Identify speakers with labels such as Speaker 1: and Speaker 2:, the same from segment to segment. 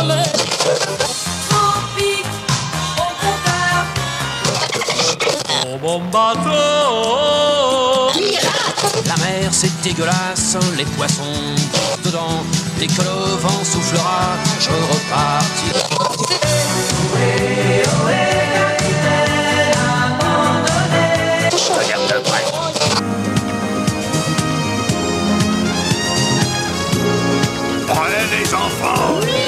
Speaker 1: soleil.
Speaker 2: Tropique au compteur.
Speaker 3: Au bon bateau.
Speaker 4: La mer c'est dégueulasse, les poissons dedans. Dès que le vent soufflera, je repartirai.
Speaker 2: Ohé, ohé, capitaine abandonné.
Speaker 4: Regarde de près.
Speaker 3: Prenez les enfants.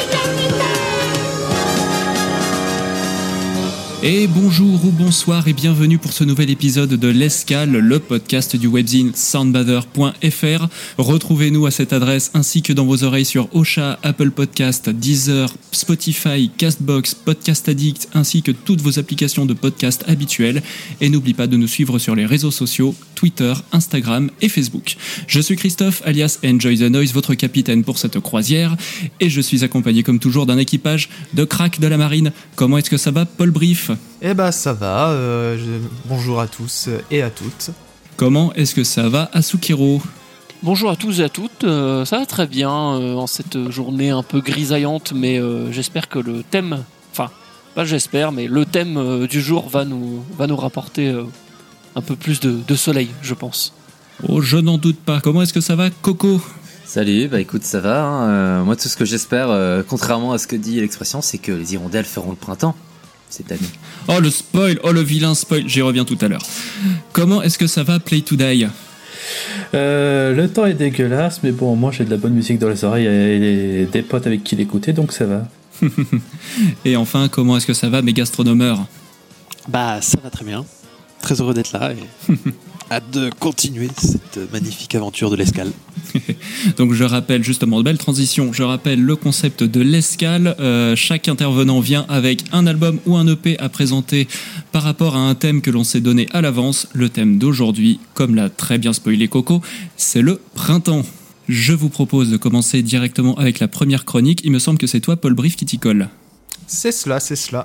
Speaker 5: Et bonjour ou bonsoir et bienvenue pour ce nouvel épisode de l'Escale, le podcast du webzine soundbather.fr. Retrouvez-nous à cette adresse ainsi que dans vos oreilles sur Ocha, Apple Podcast, Deezer, Spotify, Castbox, Podcast Addict ainsi que toutes vos applications de podcast habituelles. Et n'oublie pas de nous suivre sur les réseaux sociaux, Twitter, Instagram et Facebook. Je suis Christophe alias Enjoy the Noise, votre capitaine pour cette croisière. Et je suis accompagné comme toujours d'un équipage de cracks de la marine. Comment est-ce que ça va, Paul Brief ?
Speaker 6: Eh bah ça va, bonjour à tous et à toutes.
Speaker 5: Comment est-ce que ça va, Asukiro ?
Speaker 7: Bonjour à tous et à toutes, ça va très bien en cette journée un peu grisaillante, mais j'espère que le thème, enfin pas j'espère, mais le thème du jour va nous rapporter un peu plus de soleil, je pense.
Speaker 5: Oh, je n'en doute pas. Comment est-ce que ça va, Coco ?
Speaker 8: Salut, bah écoute, ça va. Hein. Moi, tout ce que j'espère, contrairement à ce que dit l'expression, c'est que les hirondelles feront le printemps cette année.
Speaker 5: Oh le spoil, oh le vilain spoil, j'y reviens tout à l'heure. Comment est-ce que ça va, Play to Die ?
Speaker 9: Le temps est dégueulasse, mais bon, moi j'ai de la bonne musique dans les oreilles et des potes avec qui l'écouter, donc ça va.
Speaker 5: Et enfin, comment est-ce que ça va, mes gastronomeurs ?
Speaker 10: Bah ça va très bien, très heureux d'être là et hâte de continuer cette magnifique aventure de l'escale.
Speaker 5: Donc je rappelle justement, belle transition, je rappelle le concept de l'escale. Chaque intervenant vient avec un album ou un EP à présenter par rapport à un thème que l'on s'est donné à l'avance. Le thème d'aujourd'hui, comme l'a très bien spoilé Coco, c'est le printemps. Je vous propose de commencer directement avec la première chronique. Il me semble que c'est toi, Paul Brief, qui t'y colle.
Speaker 6: C'est cela.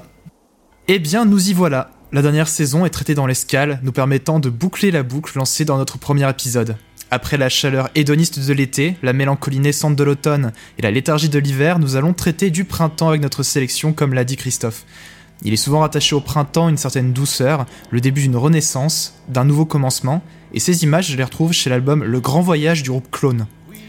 Speaker 6: Eh bien, nous y voilà. La dernière saison est traitée dans l'escale, nous permettant de boucler la boucle lancée dans notre premier épisode. Après la chaleur hédoniste de l'été, la mélancolie naissante de l'automne et la léthargie de l'hiver, nous allons traiter du printemps avec notre sélection, comme l'a dit Christophe. Il est souvent rattaché au printemps une certaine douceur, le début d'une renaissance, d'un nouveau commencement, et ces images, je les retrouve chez l'album Le Grand Voyage du groupe Clone.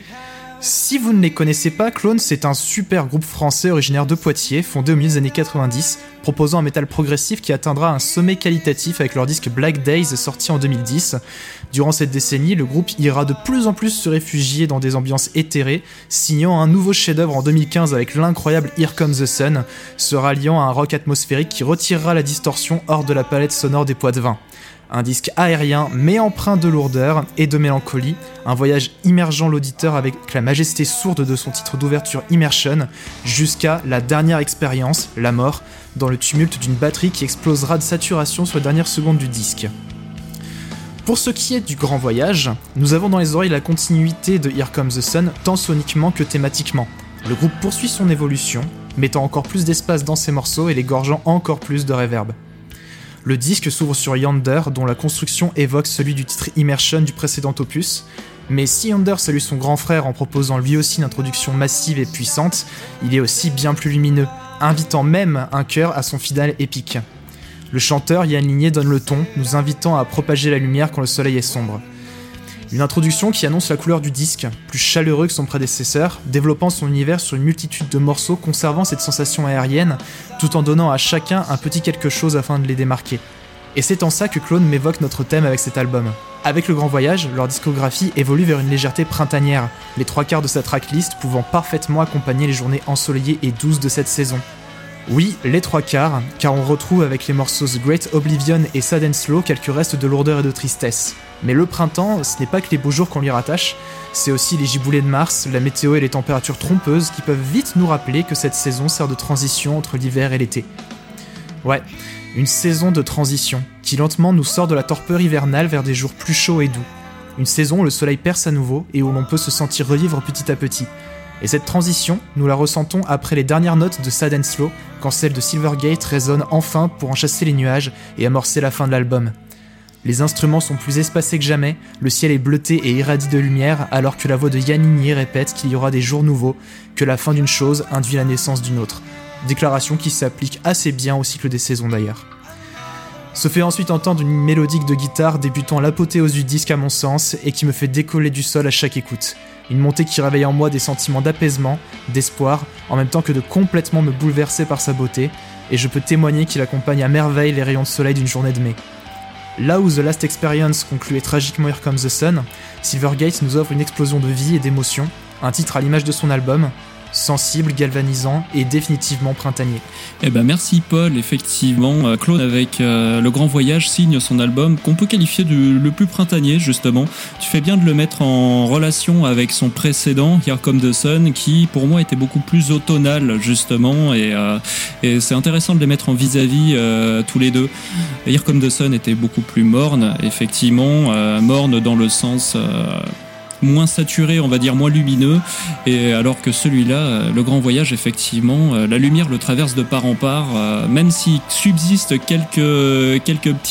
Speaker 6: Si vous ne les connaissez pas, Clone, c'est un super groupe français originaire de Poitiers, fondé au milieu des années 90, proposant un métal progressif qui atteindra un sommet qualitatif avec leur disque Black Days sorti en 2010. Durant cette décennie, le groupe ira de plus en plus se réfugier dans des ambiances éthérées, signant un nouveau chef-d'œuvre en 2015 avec l'incroyable Here Comes the Sun, se ralliant à un rock atmosphérique qui retirera la distorsion hors de la palette sonore des Poitevins. Un disque aérien mais empreint de lourdeur et de mélancolie, un voyage immergeant l'auditeur avec la majesté sourde de son titre d'ouverture Immersion, jusqu'à la dernière expérience, la mort, dans le tumulte d'une batterie qui explosera de saturation sur les dernières secondes du disque. Pour ce qui est du Grand Voyage, nous avons dans les oreilles la continuité de Here Comes the Sun, tant soniquement que thématiquement. Le groupe poursuit son évolution, mettant encore plus d'espace dans ses morceaux et les gorgeant encore plus de reverb. Le disque s'ouvre sur Yonder, dont la construction évoque celui du titre Immersion du précédent opus, mais si Yonder salue son grand frère en proposant lui aussi une introduction massive et puissante, il est aussi bien plus lumineux, invitant même un chœur à son finale épique. Le chanteur Yann Ligné donne le ton, nous invitant à propager la lumière quand le soleil est sombre. Une introduction qui annonce la couleur du disque, plus chaleureux que son prédécesseur, développant son univers sur une multitude de morceaux, conservant cette sensation aérienne, tout en donnant à chacun un petit quelque chose afin de les démarquer. Et c'est en ça que Clone m'évoque notre thème avec cet album. Avec Le Grand Voyage, leur discographie évolue vers une légèreté printanière, les 3/4 de sa tracklist pouvant parfaitement accompagner les journées ensoleillées et douces de cette saison. Oui, les 3/4, car on retrouve avec les morceaux The Great Oblivion et Sad and Slow quelques restes de lourdeur et de tristesse. Mais le printemps, ce n'est pas que les beaux jours qu'on lui rattache, c'est aussi les giboulées de Mars, la météo et les températures trompeuses qui peuvent vite nous rappeler que cette saison sert de transition entre l'hiver et l'été. Ouais, une saison de transition, qui lentement nous sort de la torpeur hivernale vers des jours plus chauds et doux. Une saison où le soleil perce à nouveau et où l'on peut se sentir revivre petit à petit. Et cette transition, nous la ressentons après les dernières notes de Sad and Slow, quand celle de Silvergate résonne enfin pour en chasser les nuages et amorcer la fin de l'album. Les instruments sont plus espacés que jamais, le ciel est bleuté et irradie de lumière, alors que la voix de Yanini répète qu'il y aura des jours nouveaux, que la fin d'une chose induit la naissance d'une autre. Déclaration qui s'applique assez bien au cycle des saisons d'ailleurs. Se fait ensuite entendre une mélodique de guitare débutant l'apothéose du disque à mon sens et qui me fait décoller du sol à chaque écoute. Une montée qui réveille en moi des sentiments d'apaisement, d'espoir, en même temps que de complètement me bouleverser par sa beauté, et je peux témoigner qu'il accompagne à merveille les rayons de soleil d'une journée de mai. Là où The Last Experience concluait tragiquement Here Comes the Sun, Silvergate nous offre une explosion de vie et d'émotion, un titre à l'image de son album, sensible, galvanisant et définitivement printanier.
Speaker 5: Eh ben merci Paul, effectivement, Claude avec Le Grand Voyage signe son album qu'on peut qualifier de le plus printanier justement. Tu fais bien de le mettre en relation avec son précédent, Here Comes the Sun, qui pour moi était beaucoup plus automnal justement, et c'est intéressant de les mettre en vis-à-vis tous les deux. Here Comes the Sun était beaucoup plus morne, effectivement, morne dans le sens... moins saturé, on va dire moins lumineux, et alors que celui-là, Le Grand Voyage, effectivement, la lumière le traverse de part en part, même s'il subsiste quelques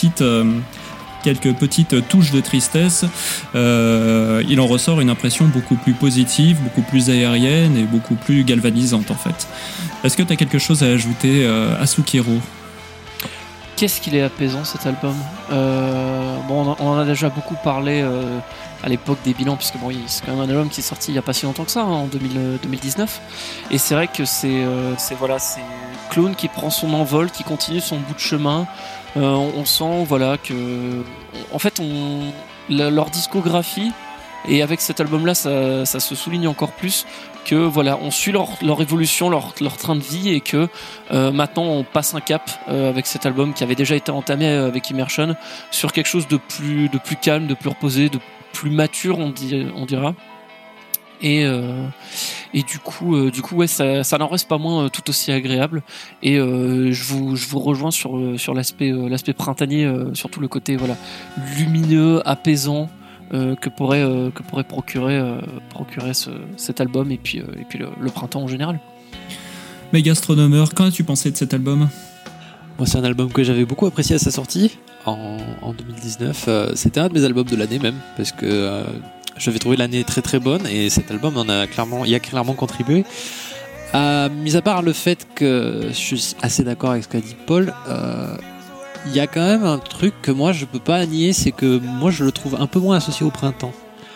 Speaker 5: petites touches de tristesse, il en ressort une impression beaucoup plus positive, beaucoup plus aérienne et beaucoup plus galvanisante en fait. Est-ce que tu as quelque chose à ajouter à Sukiro ?
Speaker 7: Qu'est-ce qu'il est apaisant cet album. Bon, on en a déjà beaucoup parlé à l'époque des bilans, puisque bon, c'est quand même un album qui est sorti il n'y a pas si longtemps que ça, en 2019. Et c'est vrai que c'est Clone qui prend son envol, qui continue son bout de chemin. On sent voilà que, en fait, leur discographie, et avec cet album-là, ça se souligne encore plus que voilà, on suit leur évolution, leur train de vie, et que maintenant on passe un cap avec cet album qui avait déjà été entamé avec Immersion sur quelque chose de plus calme, de plus reposé, de plus mature, on dira. Et du coup ouais, ça n'en reste pas moins tout aussi agréable. Et je vous rejoins sur l'aspect printanier, surtout le côté voilà lumineux, apaisant. Que pourrait procurer cet album, et puis le printemps en général.
Speaker 5: Mais Gastronomeur, qu'en as-tu pensé de cet album ?
Speaker 10: Moi, c'est un album que j'avais beaucoup apprécié à sa sortie en 2019. C'était un de mes albums de l'année même, parce que j'avais trouvé l'année très très bonne, et cet album y a clairement contribué. Mis à part le fait que je suis assez d'accord avec ce qu'a dit Paul, il y a quand même un truc que moi je peux pas nier, c'est que moi je le trouve un peu moins associé au printemps.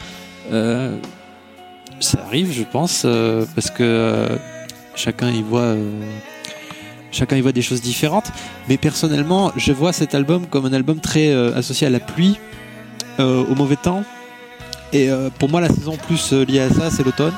Speaker 10: Ça arrive, je pense, parce que chacun y voit des choses différentes. Mais personnellement, je vois cet album comme un album très associé à la pluie, au mauvais temps. Et pour moi, la saison plus liée à ça, c'est l'automne.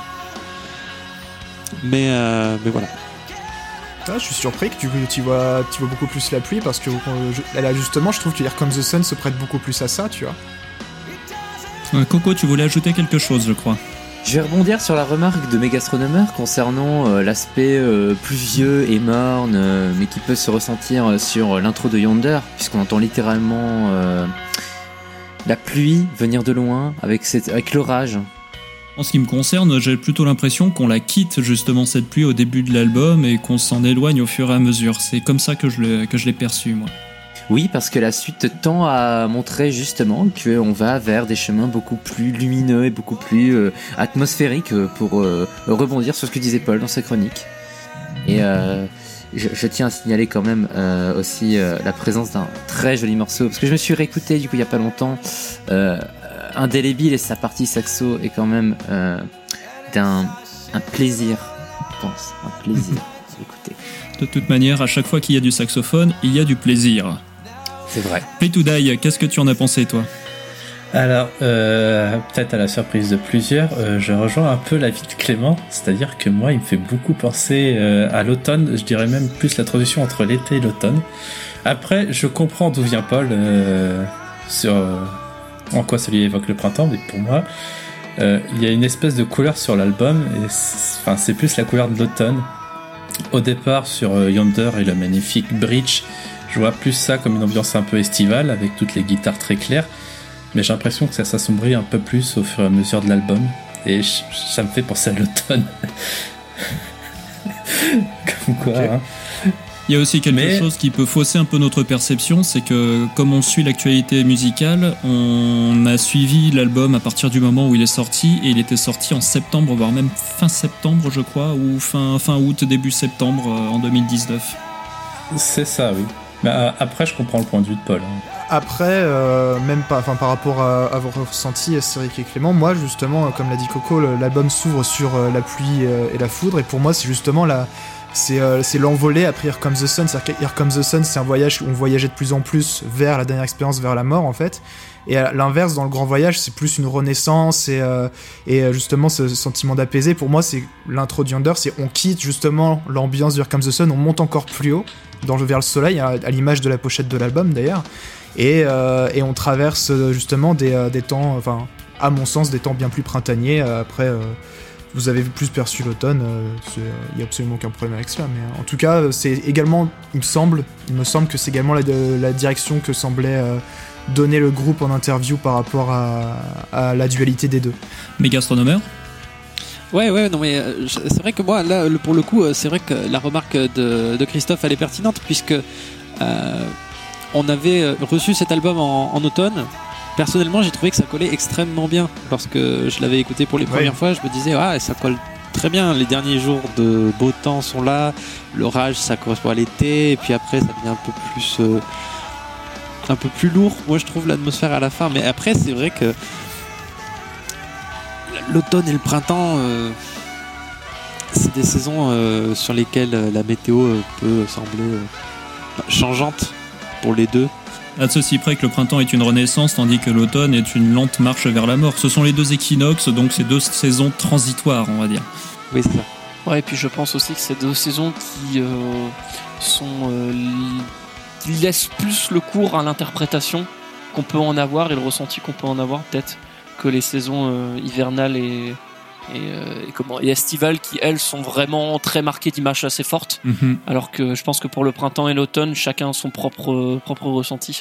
Speaker 10: Mais voilà.
Speaker 6: Ah, je suis surpris que tu vois beaucoup plus la pluie, parce que là justement je trouve que Here Comes the Sun se prête beaucoup plus à ça, tu vois.
Speaker 5: Coco, tu voulais ajouter quelque chose, je crois.
Speaker 8: Je vais rebondir sur la remarque de mes gastronomeurs concernant l'aspect pluvieux et morne, mais qui peut se ressentir sur l'intro de Yonder, puisqu'on entend littéralement la pluie venir de loin avec l'orage.
Speaker 5: En ce qui me concerne, j'ai plutôt l'impression qu'on la quitte justement cette pluie au début de l'album et qu'on s'en éloigne au fur et à mesure. C'est comme ça que je l'ai perçu, moi.
Speaker 8: Oui, parce que la suite tend à montrer justement qu'on va vers des chemins beaucoup plus lumineux et beaucoup plus atmosphériques, pour rebondir sur ce que disait Paul dans sa chronique. Et je tiens à signaler quand même aussi la présence d'un très joli morceau, parce que je me suis réécouté du coup il y a pas longtemps. Indélébile, et sa partie saxo est quand même d'un plaisir, je pense, un plaisir d'écouter.
Speaker 5: De toute manière, à chaque fois qu'il y a du saxophone, il y a du plaisir.
Speaker 8: C'est vrai.
Speaker 5: Play to Die, qu'est-ce que tu en as pensé, toi ?
Speaker 9: Alors, peut-être à la surprise de plusieurs, je rejoins un peu l'avis de Clément, c'est-à-dire que moi, il me fait beaucoup penser à l'automne, je dirais même plus la transition entre l'été et l'automne. Après, je comprends d'où vient Paul sur en quoi ça lui évoque le printemps, mais pour moi, il y a une espèce de couleur sur l'album, et c'est plus la couleur de l'automne. Au départ, sur Yonder et le magnifique Bridge, je vois plus ça comme une ambiance un peu estivale, avec toutes les guitares très claires, mais j'ai l'impression que ça s'assombrit un peu plus au fur et à mesure de l'album, et ça me fait penser à l'automne. Comme quoi,
Speaker 6: okay.
Speaker 9: Hein.
Speaker 5: Il y a aussi quelque
Speaker 9: Mais-
Speaker 5: chose qui peut fausser un peu notre perception, c'est que comme on suit l'actualité musicale, on a suivi l'album à partir du moment où il est sorti, et il était sorti en septembre, voire même fin septembre je crois, ou fin août, début septembre en 2019.
Speaker 9: C'est ça, oui. Mais après, je comprends le point de vue de Paul. hein.
Speaker 6: Après, même pas, enfin par rapport à vos ressentis, Cédric et Clément, moi justement, comme l'a dit Coco, l'album s'ouvre sur la pluie et la foudre, et pour moi c'est justement c'est l'envolée après Here Comes the Sun. C'est-à-dire que Here Comes the Sun, c'est un voyage où on voyageait de plus en plus vers la dernière expérience, vers la mort en fait. Et à l'inverse, dans le grand voyage, c'est plus une renaissance et justement ce sentiment d'apaisé. Pour moi, c'est l'intro du Under, c'est on quitte justement l'ambiance de Here Comes the Sun, on monte encore plus haut vers le soleil, à l'image de la pochette de l'album d'ailleurs. Et on traverse justement des temps, enfin, à mon sens, des temps bien plus printaniers. Après, vous avez plus perçu l'automne, il n'y a absolument aucun problème avec cela. Mais en tout cas, c'est également, il me semble que c'est également la direction que semblait donner le groupe en interview par rapport à la dualité des deux.
Speaker 5: Mais Gastronomer,
Speaker 10: Ouais, non mais c'est vrai que moi, là, pour le coup, c'est vrai que la remarque de Christophe, elle est pertinente, puisque on avait reçu cet album en automne. Personnellement, j'ai trouvé que ça collait extrêmement bien. Lorsque je l'avais écouté pour les premières fois, je me disais, ah, ça colle très bien. Les derniers jours de beau temps sont là. L'orage, ça correspond à l'été. Et puis après, ça devient un peu plus lourd. Moi, je trouve l'atmosphère à la fin. Mais après, c'est vrai que l'automne et le printemps, c'est des saisons sur lesquelles la météo peut sembler changeante pour les deux.
Speaker 5: à ceci près que le printemps est une renaissance tandis que l'automne est une lente marche vers la mort. Ce sont les deux équinoxes, donc ces deux saisons transitoires, on va dire.
Speaker 10: Oui, c'est ça.
Speaker 7: Ouais, et puis je pense aussi que c'est deux saisons qui qui laissent plus le cours à l'interprétation qu'on peut en avoir et le ressenti qu'on peut en avoir peut-être que les saisons hivernales et estivales qui elles sont vraiment très marquées d'images assez fortes, alors que je pense que pour le printemps et l'automne chacun a son propre ressenti.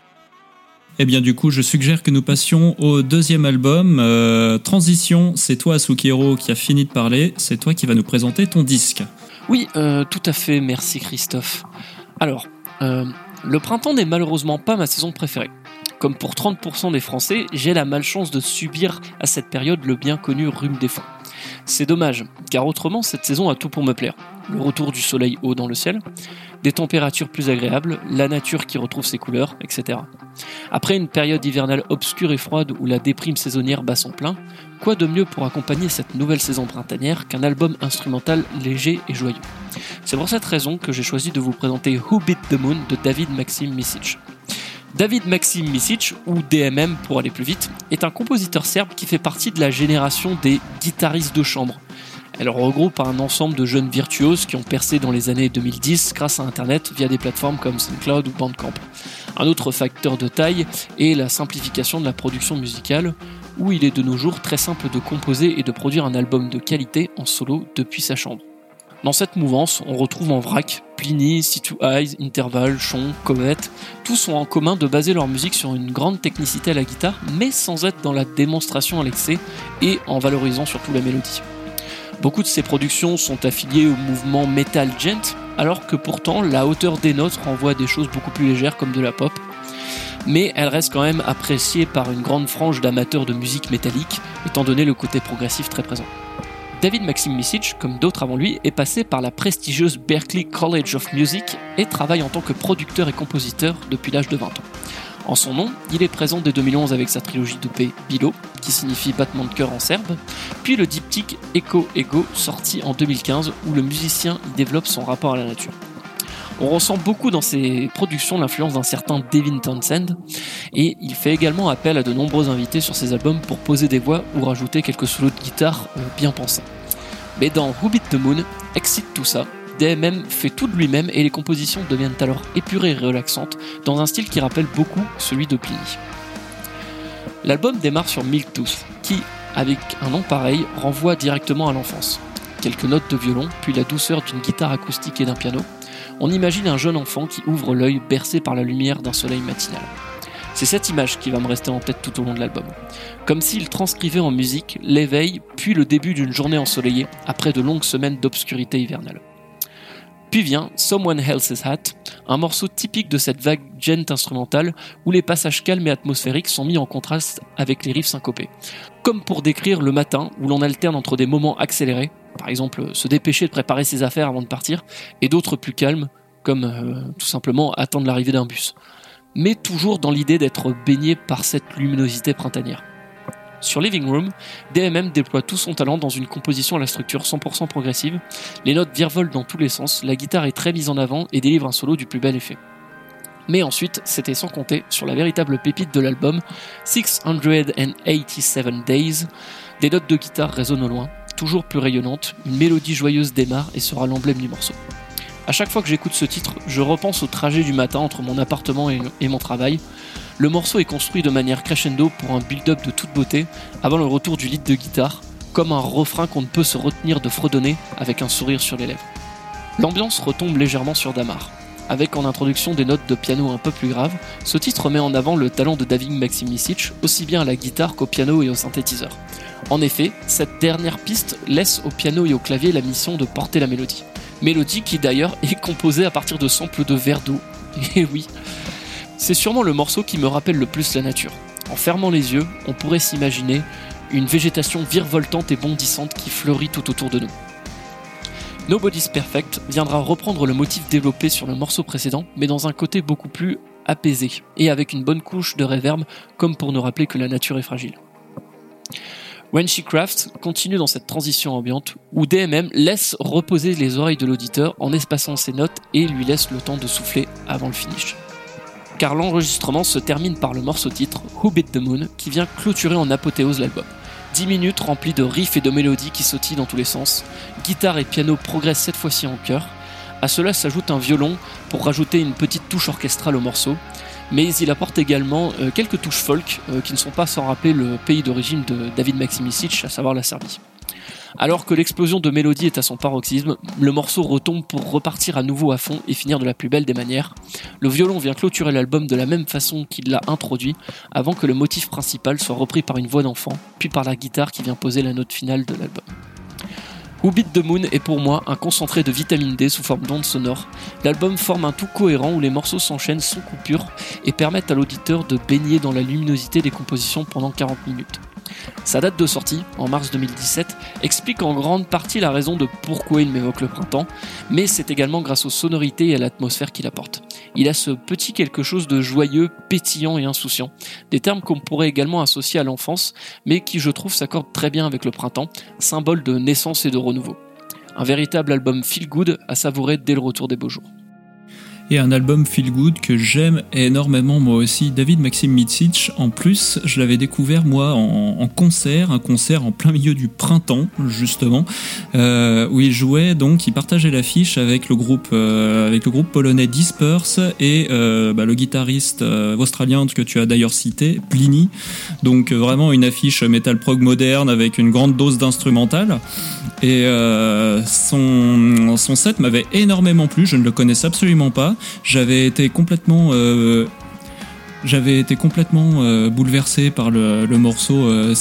Speaker 5: Eh bien du coup je suggère que nous passions au deuxième album. Transition, c'est toi Asukero qui a fini de parler, c'est toi qui va nous présenter ton disque.
Speaker 7: Oui, tout à fait, merci Christophe. Alors, le printemps n'est malheureusement pas ma saison préférée. Comme pour 30% des Français, j'ai la malchance de subir à cette période le bien connu rhume des foins. C'est dommage, car autrement cette saison a tout pour me plaire. Le retour du soleil haut dans le ciel, des températures plus agréables, la nature qui retrouve ses couleurs, etc. Après une période hivernale obscure et froide où la déprime saisonnière bat son plein, quoi de mieux pour accompagner cette nouvelle saison printanière qu'un album instrumental léger et joyeux. C'est pour cette raison que j'ai choisi de vous présenter Who Beat the Moon de David Maxim Misic. David Maxim Misic, ou DMM pour aller plus vite, est un compositeur serbe qui fait partie de la génération des guitaristes de chambre. Elle regroupe un ensemble de jeunes virtuoses qui ont percé dans les années 2010 grâce à Internet via des plateformes comme SoundCloud ou Bandcamp. Un autre facteur de taille est la simplification de la production musicale, où il est de nos jours très simple de composer et de produire un album de qualité en solo depuis sa chambre. Dans cette mouvance, on retrouve en vrac Pliny, C2Eyes, Interval, Chon, Comet. Tous ont en commun de baser leur musique sur une grande technicité à la guitare, mais sans être dans la démonstration à l'excès et en valorisant surtout la mélodie. Beaucoup de ces productions sont affiliées au mouvement Metal Gent, alors que pourtant la hauteur des notes renvoie à des choses beaucoup plus légères comme de la pop. Mais elle reste quand même appréciée par une grande frange d'amateurs de musique métallique, étant donné le côté progressif très présent. David Maxim Misic, comme d'autres avant lui, est passé par la prestigieuse Berklee College of Music et travaille en tant que producteur et compositeur depuis l'âge de 20 ans. En son nom, il est présent dès 2011 avec sa trilogie d'EP Bilo, qui signifie battement de cœur en serbe, puis le diptyque Echo Ego, sorti en 2015, où le musicien y développe son rapport à la nature. On ressent beaucoup dans ses productions l'influence d'un certain Devin Townsend, et il fait également appel à de nombreux invités sur ses albums pour poser des voix ou rajouter quelques solos de guitare bien pensés. Mais dans Who Beat the Moon, excite tout ça, DMM fait tout de lui-même et les compositions deviennent alors épurées et relaxantes, dans un style qui rappelle beaucoup celui de Pliny. L'album démarre sur Milktooth, qui, avec un nom pareil, renvoie directement à l'enfance. Quelques notes de violon, puis la douceur d'une guitare acoustique et d'un piano. On imagine un jeune enfant qui ouvre l'œil bercé par la lumière d'un soleil matinal. C'est cette image qui va me rester en tête tout au long de l'album. Comme s'il transcrivait en musique l'éveil, puis le début d'une journée ensoleillée, après de longues semaines d'obscurité hivernale. Puis vient Someone Else's Hat, un morceau typique de cette vague gent instrumentale où les passages calmes et atmosphériques sont mis en contraste avec les riffs syncopés. Comme pour décrire le matin où l'on alterne entre des moments accélérés, par exemple se dépêcher de préparer ses affaires avant de partir, et d'autres plus calmes, comme tout simplement attendre l'arrivée d'un bus. Mais toujours dans l'idée d'être baigné par cette luminosité printanière. Sur Living Room, DMM déploie tout son talent dans une composition à la structure 100% progressive, les notes virevolent dans tous les sens, la guitare est très mise en avant et délivre un solo du plus bel effet. Mais ensuite, c'était sans compter sur la véritable pépite de l'album, 687 Days, des notes de guitare résonnent au loin, toujours plus rayonnantes, une mélodie joyeuse démarre et sera l'emblème du morceau. À chaque fois que j'écoute ce titre, je repense au trajet du matin entre mon appartement et mon travail. Le morceau est construit de manière crescendo pour un build-up de toute beauté avant le retour du lead de guitare, comme un refrain qu'on ne peut se retenir de fredonner avec un sourire sur les lèvres. L'ambiance retombe légèrement sur Damar. Avec en introduction des notes de piano un peu plus graves, ce titre met en avant le talent de David Maximicic, aussi bien à la guitare qu'au piano et au synthétiseur. En effet, cette dernière piste laisse au piano et au clavier la mission de porter la mélodie. Mélodie qui d'ailleurs est composée à partir de samples de verre d'eau. Et oui, c'est sûrement le morceau qui me rappelle le plus la nature. En fermant les yeux, on pourrait s'imaginer une végétation virevoltante et bondissante qui fleurit tout autour de nous. Nobody's Perfect viendra reprendre le motif développé sur le morceau précédent, mais dans un côté beaucoup plus apaisé, et avec une bonne couche de reverb, comme pour nous rappeler que la nature est fragile. When She Crafts continue dans cette transition ambiante où DMM laisse reposer les oreilles de l'auditeur en espaçant ses notes et lui laisse le temps de souffler avant le finish. Car l'enregistrement se termine par le morceau titre Who Beat the Moon qui vient clôturer en apothéose l'album. 10 minutes remplies de riffs et de mélodies qui sautillent dans tous les sens, guitare et piano progressent cette fois-ci en chœur. À cela s'ajoute un violon pour rajouter une petite touche orchestrale au morceau, mais il apporte également quelques touches folk qui ne sont pas sans rappeler le pays d'origine de David Maximicic, à savoir la Serbie. Alors que l'explosion de mélodie est à son paroxysme, le morceau retombe pour repartir à nouveau à fond et finir de la plus belle des manières. Le violon vient clôturer l'album de la même façon qu'il l'a introduit, avant que le motif principal soit repris par une voix d'enfant, puis par la guitare qui vient poser la note finale de l'album. Who Beat the Moon est pour moi un concentré de vitamine D sous forme d'ondes sonores. L'album forme un tout cohérent où les morceaux s'enchaînent sans coupure et permettent à l'auditeur de baigner dans la luminosité des compositions pendant 40 minutes. Sa date de sortie, en mars 2017, explique en grande partie la raison de pourquoi il m'évoque le printemps, mais c'est également grâce aux sonorités et à l'atmosphère qu'il apporte. Il a ce petit quelque chose de joyeux, pétillant et insouciant, des termes qu'on pourrait également associer à l'enfance, mais qui je trouve s'accordent très bien avec le printemps, symbole de naissance et de renouveau. Un véritable album feel good à savourer dès le retour des beaux jours.
Speaker 5: Et un album feel good que j'aime énormément moi aussi, David Maximicic. En plus, je l'avais découvert moi en concert, un concert en plein milieu du printemps justement, où il jouait, donc il partageait l'affiche avec le groupe polonais Disperse et le guitariste australien que tu as d'ailleurs cité, Pliny. Donc vraiment une affiche metal prog moderne avec une grande dose d'instrumental. Et son set m'avait énormément plu, je ne le connaissais absolument pas. J'avais été complètement bouleversé par le morceau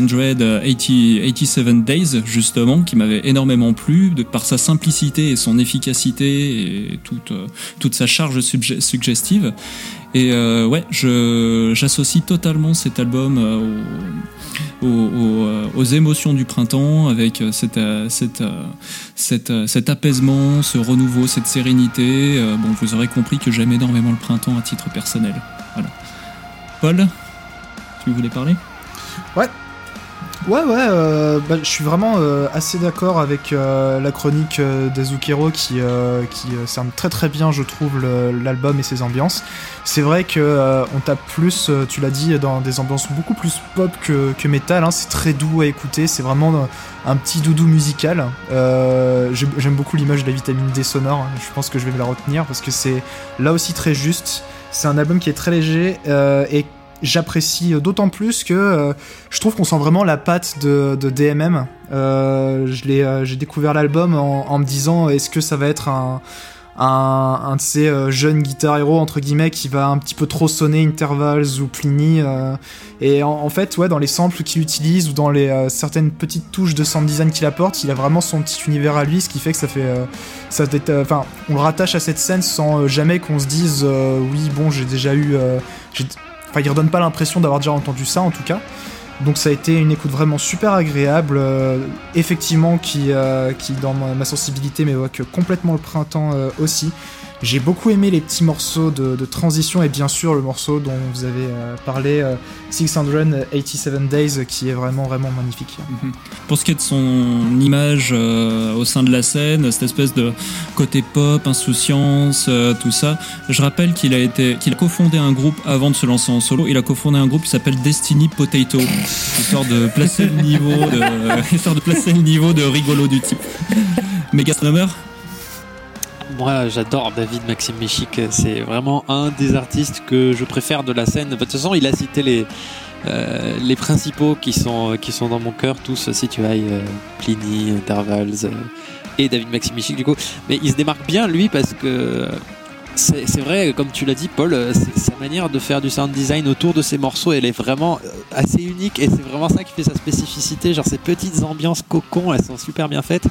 Speaker 5: 687 Days justement, qui m'avait énormément plu par sa simplicité et son efficacité et toute sa charge suggestive. Et j'associe totalement cet album aux émotions du printemps, avec cet apaisement, ce renouveau, cette sérénité. Vous aurez compris que j'aime énormément le printemps à titre personnel. Voilà. Paul, tu voulais parler ?
Speaker 6: Je suis vraiment assez d'accord avec la chronique d'Azukero qui cerne très très bien, je trouve, l'album et ses ambiances. C'est vrai que on tape plus, tu l'as dit, dans des ambiances beaucoup plus pop que métal, hein. C'est très doux à écouter, c'est vraiment un petit doudou musical. J'aime beaucoup l'image de la vitamine D sonore, hein. Je pense que je vais me la retenir parce que c'est là aussi très juste. C'est un album qui est très léger et j'apprécie d'autant plus que je trouve qu'on sent vraiment la patte de DMM. J'ai découvert l'album en me disant, est-ce que ça va être un un de ces jeunes guitar héros entre guillemets qui va un petit peu trop sonner Intervals ou Pliny et en fait ouais, dans les samples qu'il utilise ou dans les certaines petites touches de sound design qu'il apporte, il a vraiment son petit univers à lui, ce qui fait que ça fait enfin on le rattache à cette scène sans jamais qu'on se dise oui bon j'ai déjà eu enfin il redonne pas l'impression d'avoir déjà entendu ça en tout cas. Donc ça a été une écoute vraiment super agréable, effectivement qui dans ma sensibilité m'évoque complètement le printemps aussi. J'ai beaucoup aimé les petits morceaux de transition et bien sûr le morceau dont vous avez parlé, 687 Days, qui est vraiment magnifique.
Speaker 5: Pour ce qui est de son image au sein de la scène, cette espèce de côté pop, insouciance, tout ça, je rappelle qu'il a cofondé un groupe avant de se lancer en solo. Il a cofondé un groupe qui s'appelle Destiny Potato, histoire de placer le niveau de rigolo du type. Megastronomer.
Speaker 10: Moi, j'adore David Maxime Michik. C'est vraiment un des artistes que je préfère de la scène. De toute façon, il a cité les principaux qui sont dans mon cœur, tous, si tu ailles, Pliny, Intervals et David Maxime Michik, du coup. Mais il se démarque bien, lui, parce que c'est vrai, comme tu l'as dit, Paul, sa manière de faire du sound design autour de ses morceaux, elle est vraiment assez unique, et c'est vraiment ça qui fait sa spécificité. Genre, ces petites ambiances cocon, elles sont super bien faites.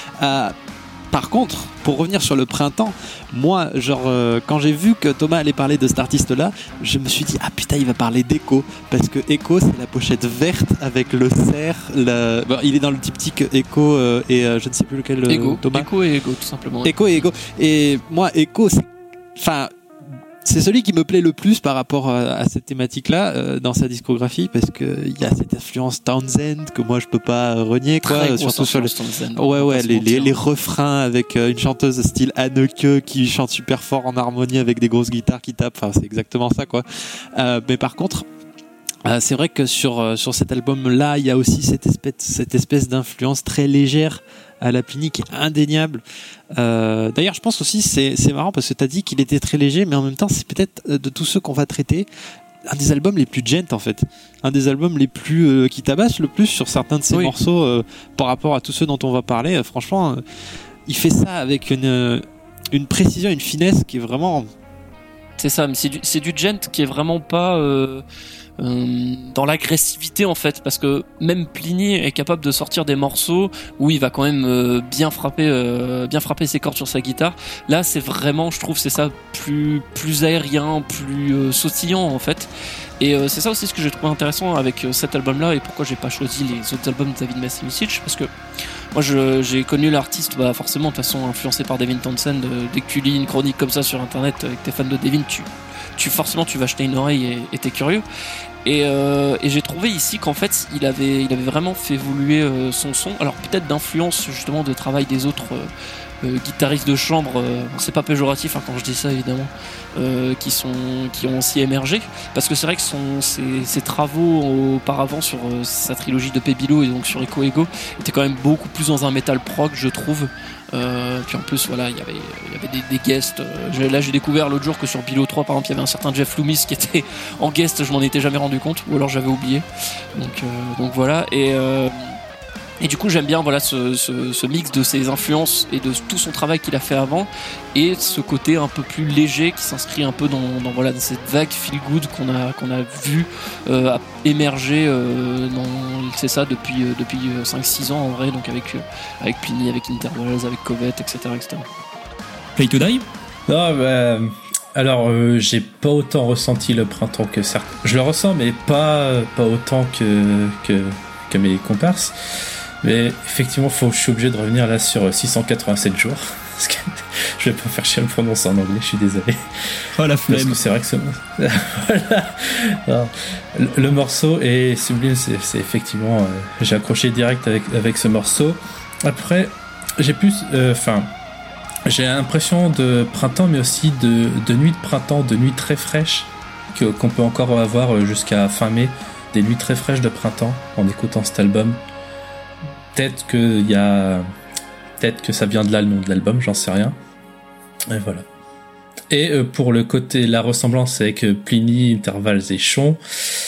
Speaker 10: Par contre, pour revenir sur le printemps, moi, quand j'ai vu que Thomas allait parler de cet artiste-là, je me suis dit, ah putain, il va parler d'Echo, parce que Echo, c'est la pochette verte avec le cerf. Bon, il est dans le diptyque Echo et je ne sais plus lequel.
Speaker 7: Ego.
Speaker 10: Thomas.
Speaker 7: Echo et Ego, tout simplement.
Speaker 10: Echo et Ego. Et moi, Echo, c'est celui qui me plaît le plus par rapport à cette thématique-là dans sa discographie, parce que il y a cette influence Townsend que moi je peux pas renier, quoi.
Speaker 7: Très
Speaker 10: surtout sur
Speaker 7: Townsend.
Speaker 10: Ouais, les refrains avec une chanteuse style Anneke qui chante super fort en harmonie avec des grosses guitares qui tapent. Enfin, c'est exactement ça, quoi. Mais par contre, c'est vrai que sur cet album-là, il y a aussi cette espèce d'influence très légère à la Pliny qui est indéniable. D'ailleurs, je pense aussi c'est marrant parce que tu as dit qu'il était très léger, mais en même temps, c'est peut-être de tous ceux qu'on va traiter un des albums les plus gent, en fait. Un des albums les plus qui tabassent le plus sur certains de ses morceaux par rapport à tous ceux dont on va parler. Franchement, il fait ça avec une précision, une finesse qui est vraiment...
Speaker 7: C'est ça, mais c'est du gent qui est vraiment pas dans l'agressivité, en fait, parce que même Pliny est capable de sortir des morceaux où il va quand même bien frapper ses cordes sur sa guitare. Là, c'est vraiment, je trouve, c'est ça, plus aérien, plus sautillant, en fait. Et c'est ça aussi ce que j'ai trouvé intéressant avec cet album-là, et pourquoi j'ai pas choisi les autres albums de David Maxime Michik, parce que moi j'ai connu l'artiste forcément de toute façon influencé par Devin Townsend. Dès que tu lis une chronique comme ça sur internet avec tes fans de Devin, forcément tu vas jeter une oreille et t'es curieux. Et j'ai trouvé ici qu'en fait il avait vraiment fait évoluer son son, alors peut-être d'influence justement de travail des autres guitaristes de chambre, c'est pas péjoratif quand je dis ça évidemment, qui ont aussi émergé, parce que c'est vrai que ses travaux auparavant sur sa trilogie de Pebbilo et donc sur Echo Ego étaient quand même beaucoup plus dans un metal prog, je trouve. Puis en plus voilà, il y avait des guests. Là j'ai découvert l'autre jour que sur Bilo 3 par exemple il y avait un certain Jeff Loomis qui était en guest, je m'en étais jamais rendu compte, ou alors j'avais oublié, donc voilà. Et du coup j'aime bien voilà ce mix de ses influences et de tout son travail qu'il a fait avant, et ce côté un peu plus léger qui s'inscrit un peu dans cette vague feel good qu'on a vu émerger c'est ça depuis 5-6 ans en vrai, donc avec Pliny, avec Intervals, avec Covet, etc.
Speaker 5: Play to Die.
Speaker 9: Non, alors j'ai pas autant ressenti le printemps que certains. Je le ressens, mais pas autant que mes comparses. Mais effectivement, je suis obligé de revenir là sur 687 jours. Parce que je vais pas faire chier à me prononcer en anglais, je suis désolé.
Speaker 5: Oh la flemme.
Speaker 9: Parce que c'est vrai que voilà. Alors, le morceau est sublime, c'est effectivement... j'ai accroché direct avec ce morceau. Après, j'ai plus... j'ai l'impression de printemps, mais aussi de nuit de printemps, de nuit très fraîche, qu'on peut encore avoir jusqu'à fin mai. Des nuits très fraîches de printemps en écoutant cet album. Peut-être que ça vient de là le nom de l'album, j'en sais rien. Et voilà. Et pour le côté, la ressemblance avec Pliny, Intervals et Chon,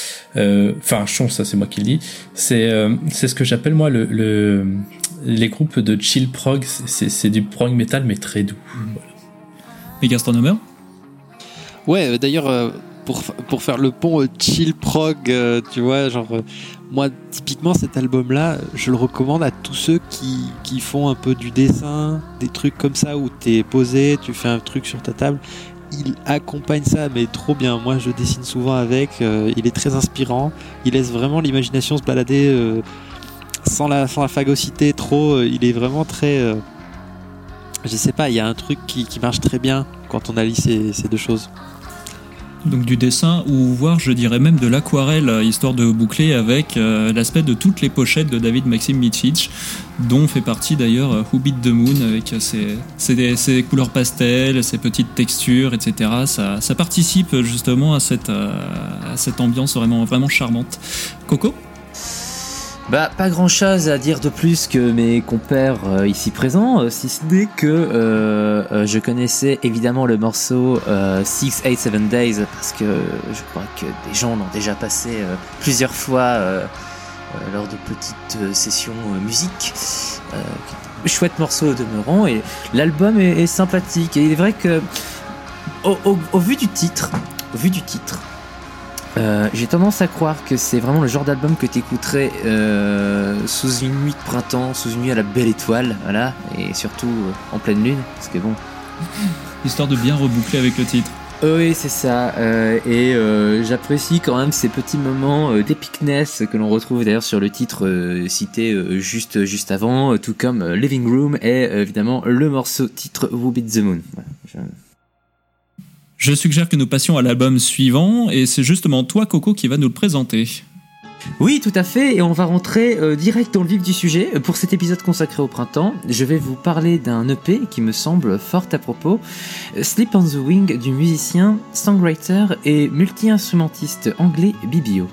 Speaker 9: Chon, ça c'est moi qui le dis, c'est ce que j'appelle moi les groupes de chill prog, c'est du prog metal mais très doux. Voilà.
Speaker 5: Megastronomer.
Speaker 10: Ouais, d'ailleurs, pour faire le pont chill prog, tu vois, genre, moi, typiquement, cet album-là, je le recommande à tous ceux qui font un peu du dessin, des trucs comme ça, où t'es posé, tu fais un truc sur ta table. Il accompagne ça, mais trop bien. Moi, je dessine souvent avec, il est très inspirant, il laisse vraiment l'imagination se balader sans la fagocité trop, il est vraiment très... je sais pas, il y a un truc qui marche très bien quand on allie ces deux choses.
Speaker 5: Donc du dessin ou voire je dirais même de l'aquarelle, histoire de boucler avec l'aspect de toutes les pochettes de David Maxim Micic, dont fait partie d'ailleurs Who Beat the Moon avec ses couleurs pastel, ses petites textures, etc. Ça participe justement à cette ambiance vraiment, vraiment charmante. Coco ?
Speaker 8: Bah, pas grand chose à dire de plus que mes compères ici présents, si ce n'est que je connaissais évidemment le morceau 687 Days, parce que je crois que des gens l'ont déjà passé plusieurs fois lors de petites sessions musique. Chouette morceau au demeurant, et l'album est sympathique, et il est vrai que au vu du titre, j'ai tendance à croire que c'est vraiment le genre d'album que t'écouterais sous une nuit de printemps, sous une nuit à la belle étoile, voilà, et surtout en pleine lune, parce que bon...
Speaker 5: Histoire de bien reboucler avec le titre.
Speaker 8: Oui, c'est ça, et j'apprécie quand même ces petits moments d'épicness que l'on retrouve d'ailleurs sur le titre cité juste avant, tout comme Living Room et évidemment le morceau titre Who Beat the Moon. Voilà,
Speaker 5: Je suggère que nous passions à l'album suivant, et c'est justement toi, Coco, qui va nous le présenter.
Speaker 8: Oui, tout à fait, et on va rentrer direct dans le vif du sujet. Pour cet épisode consacré au printemps, je vais vous parler d'un EP qui me semble fort à propos, Sleep on the Wing, du musicien, songwriter et multi-instrumentiste anglais Bibio.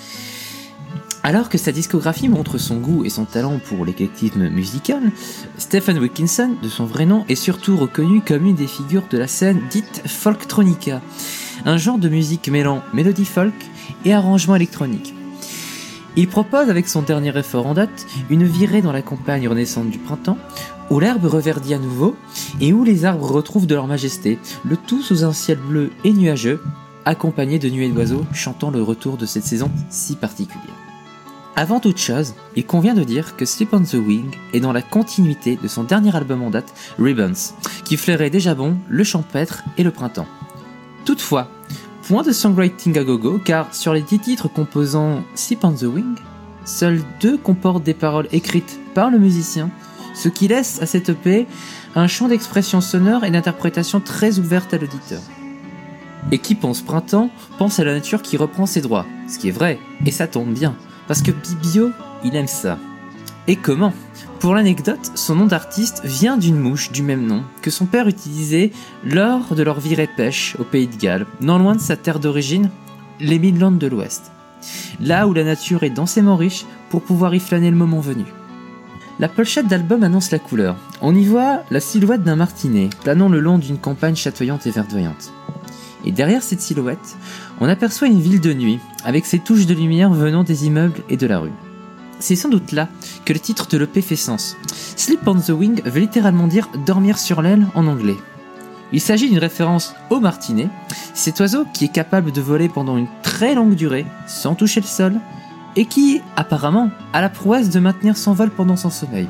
Speaker 8: Alors que sa discographie montre son goût et son talent pour l'éclectisme musical, Stephen Wilkinson, de son vrai nom, est surtout reconnu comme une des figures de la scène dite folktronica, un genre de musique mêlant mélodie folk et arrangement électronique. Il propose avec son dernier effort en date une virée dans la campagne renaissante du printemps, où l'herbe reverdit à nouveau et où les arbres retrouvent de leur majesté, le tout sous un ciel bleu et nuageux, accompagné de nuées d'oiseaux chantant le retour de cette saison si particulière. Avant toute chose, il convient de dire que Sleep on the Wing est dans la continuité de son dernier album en date, Ribbons, qui flairait déjà bon le champêtre et le printemps. Toutefois, point de songwriting à gogo, car sur les 10 titres composant Sleep on the Wing, seuls 2 comportent des paroles écrites par le musicien, ce qui laisse à cette EP un champ d'expression sonore et d'interprétation très ouverte à l'auditeur. Et qui pense printemps, pense à la nature qui reprend ses droits, ce qui est vrai, et ça tombe bien. Parce que Bibio, il aime ça. Et comment ? Pour l'anecdote, son nom d'artiste vient d'une mouche du même nom que son père utilisait lors de leur virée pêche au Pays de Galles, non loin de sa terre d'origine, les Midlands de l'Ouest. Là où la nature est densément riche pour pouvoir y flâner le moment venu. La pochette d'album annonce la couleur. On y voit la silhouette d'un martinet planant le long d'une campagne chatoyante et verdoyante. Et derrière cette silhouette, on aperçoit une ville de nuit, avec ses touches de lumière venant des immeubles et de la rue. C'est sans doute là que le titre de l'EP fait sens. Sleep on the Wing veut littéralement dire « dormir sur l'aile » en anglais. Il s'agit d'une référence au martinet, cet oiseau qui est capable de voler pendant une très longue durée, sans toucher le sol, et qui, apparemment, a la prouesse de maintenir son vol pendant son sommeil.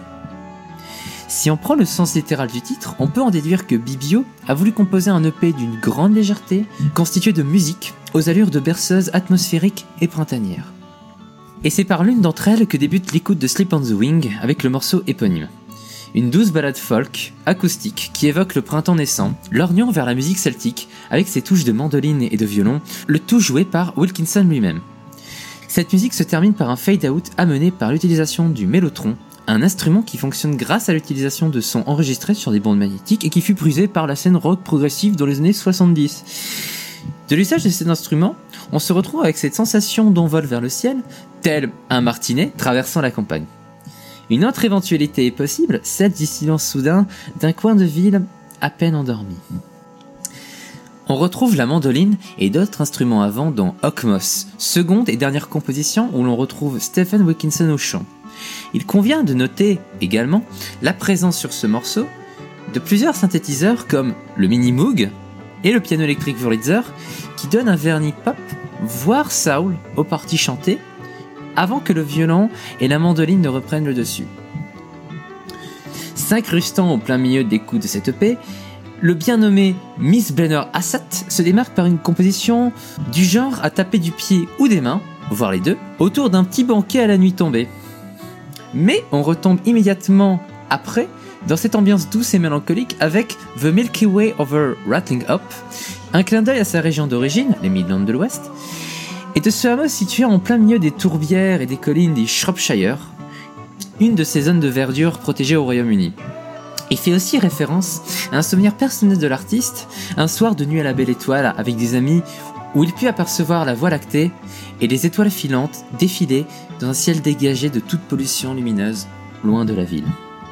Speaker 8: Si on prend le sens littéral du titre, on peut en déduire que Bibio a voulu composer un EP d'une grande légèreté, constitué de musique, aux allures de berceuse atmosphérique et printanière. Et c'est par l'une d'entre elles que débute l'écoute de Sleep on the Wing avec le morceau éponyme. Une douce ballade folk, acoustique, qui évoque le printemps naissant, lorgnant vers la musique celtique, avec ses touches de mandoline et de violon, le tout joué par Wilkinson lui-même. Cette musique se termine par un fade-out amené par l'utilisation du mélotron, un instrument qui fonctionne grâce à l'utilisation de sons enregistrés sur des bandes magnétiques et qui fut prisé par la scène rock progressive dans les années 70. De l'usage de cet instrument, on se retrouve avec cette sensation d'envol vers le ciel, tel un martinet traversant la campagne. Une autre éventualité est possible, celle du silence soudain d'un coin de ville à peine endormi. On retrouve la mandoline et d'autres instruments à vent dans Hawkmoss, seconde et dernière composition où l'on retrouve Stephen Wilkinson au chant. Il convient de noter également la présence sur ce morceau de plusieurs synthétiseurs comme le Mini Moog et le piano électrique Wurlitzer qui donnent un vernis pop, voire soul aux parties chantées avant que le violon et la mandoline ne reprennent le dessus. S'incrustant au plein milieu des coups de cette EP, le bien nommé Miss Blender Asset se démarque par une composition du genre à taper du pied ou des mains, voire les deux, autour d'un petit banquet à la nuit tombée. Mais on retombe immédiatement après dans cette ambiance douce et mélancolique avec The Milky Way Over Rattling Up, un clin d'œil à sa région d'origine, les Midlands de l'Ouest, et de ce hameau situé en plein milieu des tourbières et des collines du Shropshire, une de ces zones de verdure protégées au Royaume-Uni. Il fait aussi référence à un souvenir personnel de l'artiste, un soir de nuit à la belle étoile avec des amis où il put apercevoir la Voie lactée et les étoiles filantes défiler dans un ciel dégagé de toute pollution lumineuse, loin de la ville.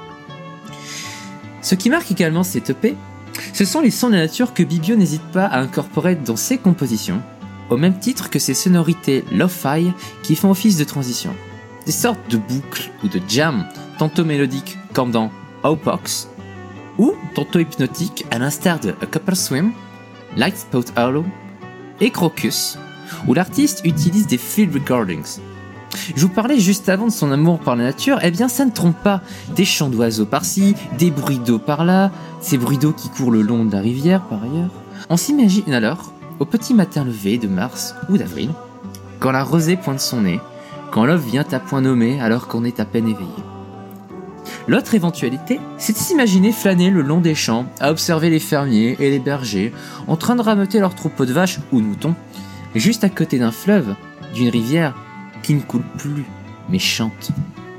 Speaker 8: Ce qui marque également cette EP, ce sont les sons de la nature que Bibio n'hésite pas à incorporer dans ses compositions, au même titre que ses sonorités lo-fi qui font office de transition. Des sortes de boucles ou de jams, tantôt mélodiques comme dans Opox, ou tantôt hypnotiques à l'instar de A Couple Swim, Light Spot Hollow et Crocus, où l'artiste utilise des field recordings. Je vous parlais juste avant de son amour par la nature, eh bien ça ne trompe pas. Des chants d'oiseaux par-ci, des bruits d'eau par-là, ces bruits d'eau qui courent le long de la rivière par ailleurs. On s'imagine alors au petit matin levé de mars ou d'avril, quand la rosée pointe son nez, quand l'œuf vient à point nommé alors qu'on est à peine éveillé. L'autre éventualité, c'est de s'imaginer flâner le long des champs, à observer les fermiers et les bergers en train de rameuter leurs troupeaux de vaches ou de moutons, juste à côté d'un fleuve, d'une rivière qui ne coule plus, mais chante.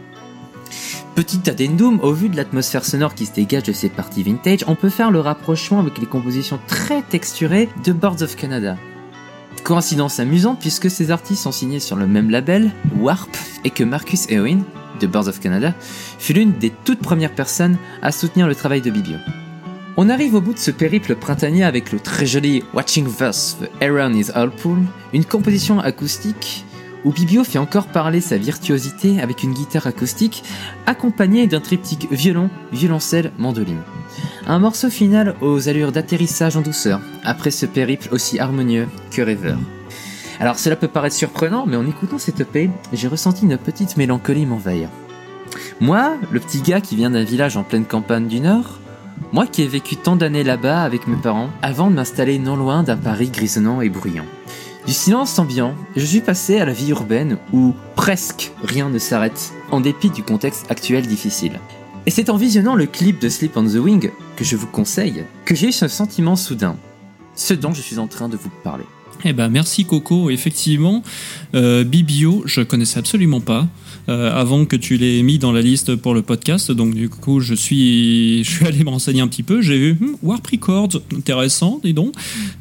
Speaker 8: Petit addendum, au vu de l'atmosphère sonore qui se dégage de ces parties vintage, on peut faire le rapprochement avec les compositions très texturées de Boards of Canada. Coïncidence amusante puisque ces artistes sont signés sur le même label, Warp, et que Marcus Eowyn, de Boards of Canada, fut l'une des toutes premières personnes à soutenir le travail de Bibio. On arrive au bout de ce périple printanier avec le très joli Watching Thus The Aaron is All Pool, une composition acoustique où Bibio fait encore parler sa virtuosité avec une guitare acoustique accompagnée d'un triptyque violon, violoncelle, mandoline. Un morceau final aux allures d'atterrissage en douceur, après ce périple aussi harmonieux que rêveur. Alors cela peut paraître surprenant, mais en écoutant cette EP, j'ai ressenti une petite mélancolie m'envahir. Moi, le petit gars qui vient d'un village en pleine campagne du Nord, moi qui ai vécu tant d'années là-bas avec mes parents, avant de m'installer non loin d'un Paris grisonnant et bruyant. Du silence ambiant, je suis passé à la vie urbaine où presque rien ne s'arrête, en dépit du contexte actuel difficile. Et c'est en visionnant le clip de Sleep on the Wing, que je vous conseille, que j'ai eu ce sentiment soudain, ce dont je suis en train de vous parler.
Speaker 5: Eh ben merci Coco, effectivement, Bibio, je connaissais absolument pas avant que tu l'aies mis dans la liste pour le podcast, donc du coup je suis allé me renseigner un petit peu, j'ai vu Warp Records, intéressant, dis donc.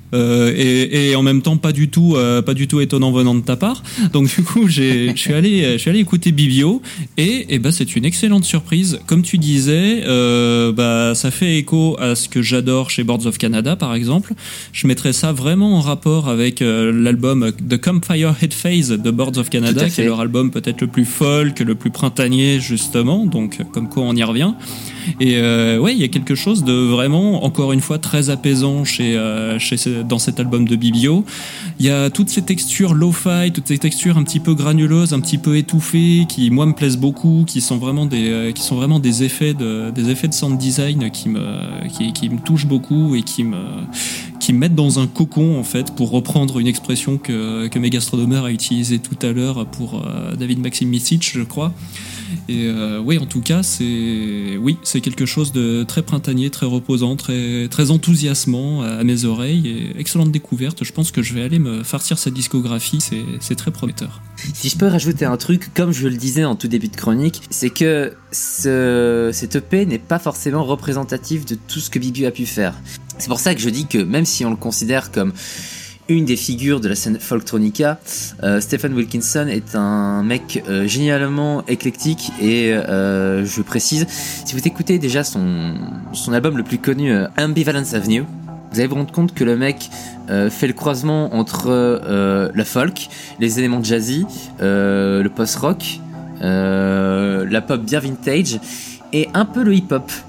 Speaker 5: Et en même temps pas du tout étonnant venant de ta part. Donc du coup je suis allé écouter Bibio et ben c'est une excellente surprise. Comme tu disais, ça fait écho à ce que j'adore chez Boards of Canada par exemple. Je mettrais ça vraiment en rapport avec l'album The Campfire Head Phase de Boards of Canada, qui est leur album peut-être le plus folk, le plus printanier justement. Donc comme quoi on y revient. Et ouais, il y a quelque chose de vraiment, encore une fois, très apaisant dans cet album de Bibio. Il y a toutes ces textures lo-fi, toutes ces textures un petit peu granuleuses, un petit peu étouffées, qui moi me plaisent beaucoup, qui sont vraiment des effets de sound design qui me touchent beaucoup et qui me mettent dans un cocon en fait, pour reprendre une expression que Megastronomer a utilisée tout à l'heure pour David Maxim Micic, je crois. Et oui, en tout cas, c'est quelque chose de très printanier, très reposant, très, très enthousiasmant à mes oreilles, et excellente découverte. Je pense que je vais aller me farcir cette discographie, c'est très prometteur.
Speaker 8: Si je peux rajouter un truc, comme je le disais en tout début de chronique, c'est que cette EP n'est pas forcément représentatif de tout ce que Bibio a pu faire. C'est pour ça que je dis que même si on le considère comme une des figures de la scène folktronica, Stephen Wilkinson est un mec génialement éclectique et je précise, si vous écoutez déjà son album le plus connu, Ambivalence Avenue, vous allez vous rendre compte que le mec fait le croisement entre la folk, les éléments jazzy, le post-rock, la pop bien vintage et un peu le hip-hop.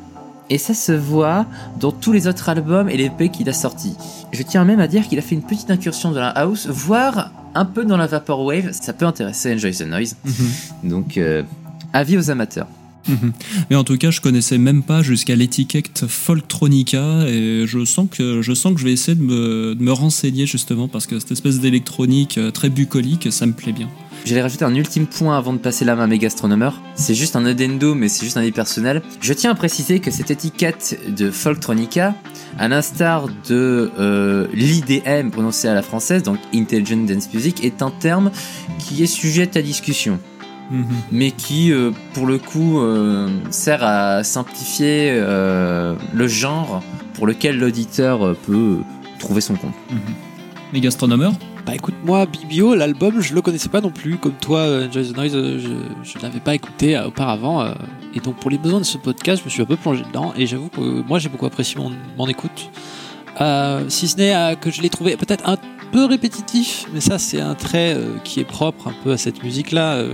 Speaker 8: Et ça se voit dans tous les autres albums et les EP qu'il a sortis. Je tiens même à dire qu'il a fait une petite incursion dans la house, voire un peu dans la vaporwave. Ça peut intéresser Enjoy the Noise. Donc, avis aux amateurs.
Speaker 5: Mais en tout cas, je connaissais même pas jusqu'à l'étiquette Folktronica et je sens que je vais essayer de me renseigner justement parce que cette espèce d'électronique très bucolique, ça me plaît bien.
Speaker 8: J'allais rajouter un ultime point avant de passer la main à mes gastronomeurs. C'est juste un addendum, mais c'est juste un avis personnel. Je tiens à préciser que cette étiquette de Folktronica, à l'instar de l'IDM prononcé à la française, donc Intelligent Dance Music, est un terme qui est sujet à discussion. Mais qui, pour le coup, sert à simplifier le genre pour lequel l'auditeur peut trouver son compte.
Speaker 5: Les gastronomeurs ?
Speaker 10: Bah écoute, moi, Bibio, l'album, je le connaissais pas non plus. Comme toi, Enjoy the Noise, je l'avais pas écouté auparavant. Et donc, pour les besoins de ce podcast, je me suis un peu plongé dedans. Et j'avoue que moi, j'ai beaucoup apprécié mon écoute. Si ce n'est que je l'ai trouvé peut-être un peu répétitif. Mais ça, c'est un trait qui est propre un peu à cette musique-là.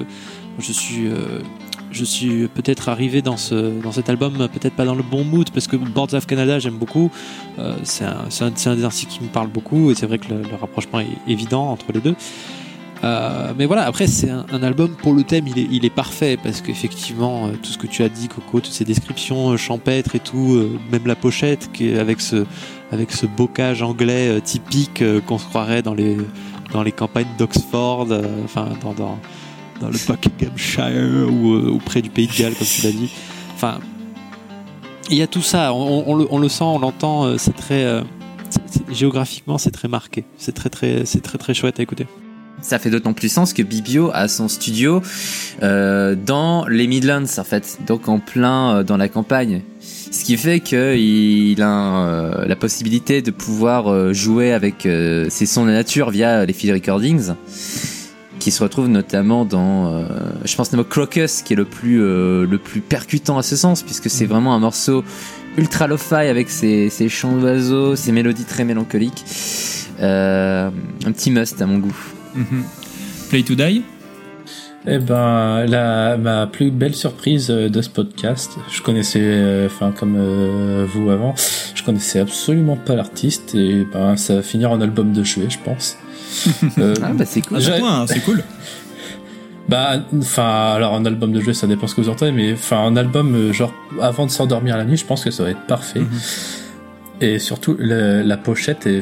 Speaker 10: Je suis peut-être arrivé dans cet album peut-être pas dans le bon mood parce que Boards of Canada j'aime beaucoup, c'est un des artistes qui me parle beaucoup et c'est vrai que le rapprochement est évident entre les deux, mais voilà, après c'est un album pour le thème, il est parfait parce qu'effectivement tout ce que tu as dit Coco, toutes ces descriptions champêtres et tout, même la pochette avec ce bocage anglais typique qu'on se croirait dans les campagnes d'Oxford, enfin dans le Buckinghamshire ou près du Pays de Galles, comme tu l'as dit. Enfin, il y a tout ça. On le sent, on l'entend. C'est très géographiquement, c'est très marqué. C'est très chouette à écouter.
Speaker 8: Ça fait d'autant plus sens que Bibio a son studio dans les Midlands, en fait, donc en plein dans la campagne. Ce qui fait qu'il a la possibilité de pouvoir jouer avec ses sons de la nature via les field recordings, qui se retrouve notamment dans je pense notamment Crocus, qui est le plus percutant à ce sens, puisque c'est vraiment un morceau ultra lo-fi avec ses chants d'oiseaux, ses mélodies très mélancoliques, un petit must à mon goût.
Speaker 5: Play to Die.
Speaker 9: Eh ben, ma plus belle surprise de ce podcast, je connaissais, comme vous avant, je connaissais absolument pas l'artiste et ben ça va finir en album de chevet, je pense.
Speaker 8: Ah bah c'est cool.
Speaker 5: C'est cool.
Speaker 9: Bah, alors un album de jeu, ça dépend ce que vous entendez, mais un album genre avant de s'endormir la nuit, je pense que ça va être parfait. Et surtout la pochette est,